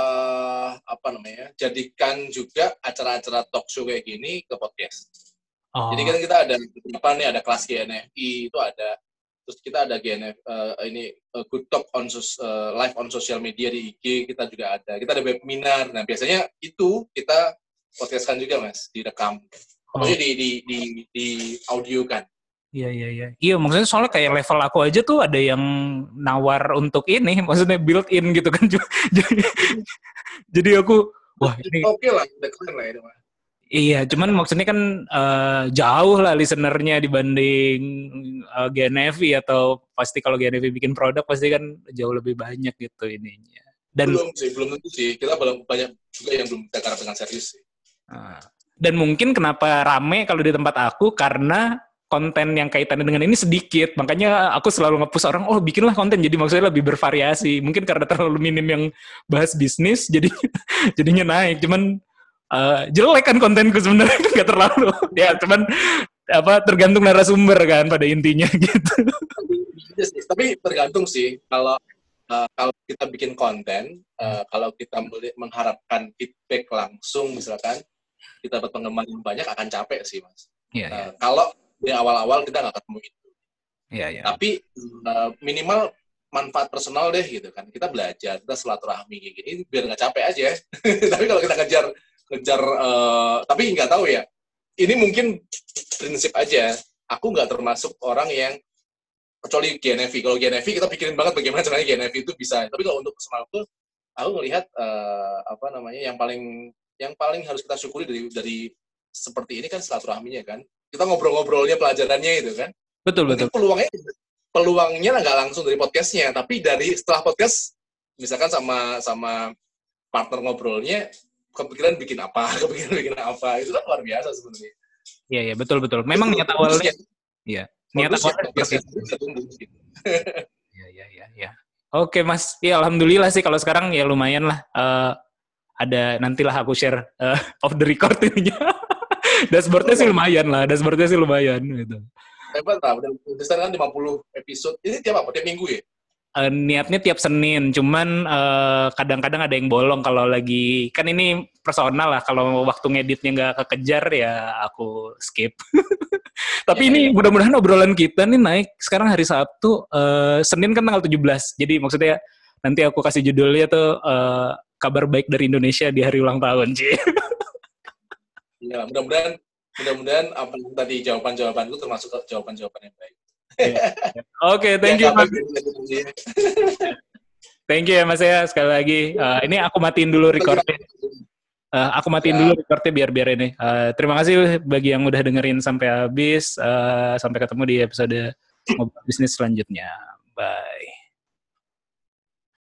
jadikan juga acara-acara talk show kayak gini ke podcast. Oh. Jadi kan kita ada apa nih, ada kelas GNFI itu ada, terus kita ada Good Talk on live on social media di IG kita juga ada. Kita ada webinar. Nah biasanya itu kita podcastkan juga Mas, direkam. Maksudnya di audio kan. Iya. Iya, maksudnya soalnya kayak level aku aja tuh ada yang nawar untuk ini, maksudnya built-in gitu kan. Jadi aku, wah ini... Oke lah, udah keren lah ini. Iya, cuman maksudnya kan jauh lah listenernya dibanding GNFI, atau pasti kalau GNFI bikin produk pasti kan jauh lebih banyak gitu ininya. Dan belum tentu sih. Kita banyak juga yang belum kita garap dengan serius sih. Dan mungkin kenapa rame kalau di tempat aku karena konten yang kaitannya dengan ini sedikit, makanya aku selalu nge-push orang, bikinlah konten, jadi maksudnya lebih bervariasi. Mungkin karena terlalu minim yang bahas bisnis, jadinya naik. Cuman jelek kan kontenku sebenarnya, nggak terlalu. Ya, cuman tergantung narasumber kan pada intinya gitu. Tapi tergantung sih, kalau kita bikin konten, kalau kita mengharapkan feedback langsung, misalkan kita dapat penggemar yang banyak, akan capek sih Mas. Iya. Kalau di awal-awal kita nggak ketemu itu. Iya. Tapi minimal manfaat personal deh gitu kan. Kita belajar, kita silaturahmi kayak gini biar nggak capek aja. Tapi kalau kita ngejar, tapi nggak tahu ya. Ini mungkin prinsip aja. Aku nggak termasuk orang yang, kecuali GNFI. Kalau GNFI kita pikirin banget bagaimana caranya GNFI itu bisa. Tapi kalau untuk personal aku ngelihat yang paling harus kita syukuri dari seperti ini kan silaturahminya kan. Kita ngobrol-ngobrolnya, pelajarannya itu kan. Betul. Peluangnya nggak langsung dari podcastnya, tapi dari setelah podcast, misalkan sama partner ngobrolnya, kepikiran bikin apa, itu kan luar biasa sebenarnya. Iya, betul. Memang niat awalnya, iya. Niat awalnya seperti itu. Iya. Oke Mas, ya alhamdulillah sih kalau sekarang ya lumayan lah. Ada, nantilah aku share off the record ininya. Dashboardnya sih lumayan gitu. Hebat lah, udah sekarang kan 50 episode. Ini tiap minggu ya? Niatnya tiap Senin, cuman kadang-kadang ada yang bolong kalau lagi, kan ini personal lah, kalau waktu ngeditnya nggak kekejar ya aku skip. Tapi ini mudah-mudahan obrolan kita nih naik sekarang hari Sabtu, Senin kan tanggal 17, jadi maksudnya nanti aku kasih judulnya tuh kabar baik dari Indonesia di hari ulang tahun, Ci. Iya, mudah-mudahan apa yang tadi jawaban-jawabanku termasuk jawaban-jawaban yang baik. Oke, thank you Mas. Thank you ya Mas ya, sekali lagi. Ini aku matiin dulu recordnya. Biar ini. Terima kasih bagi yang udah dengerin sampai habis. Sampai ketemu di episode Ngobrol Bisnis selanjutnya. Bye.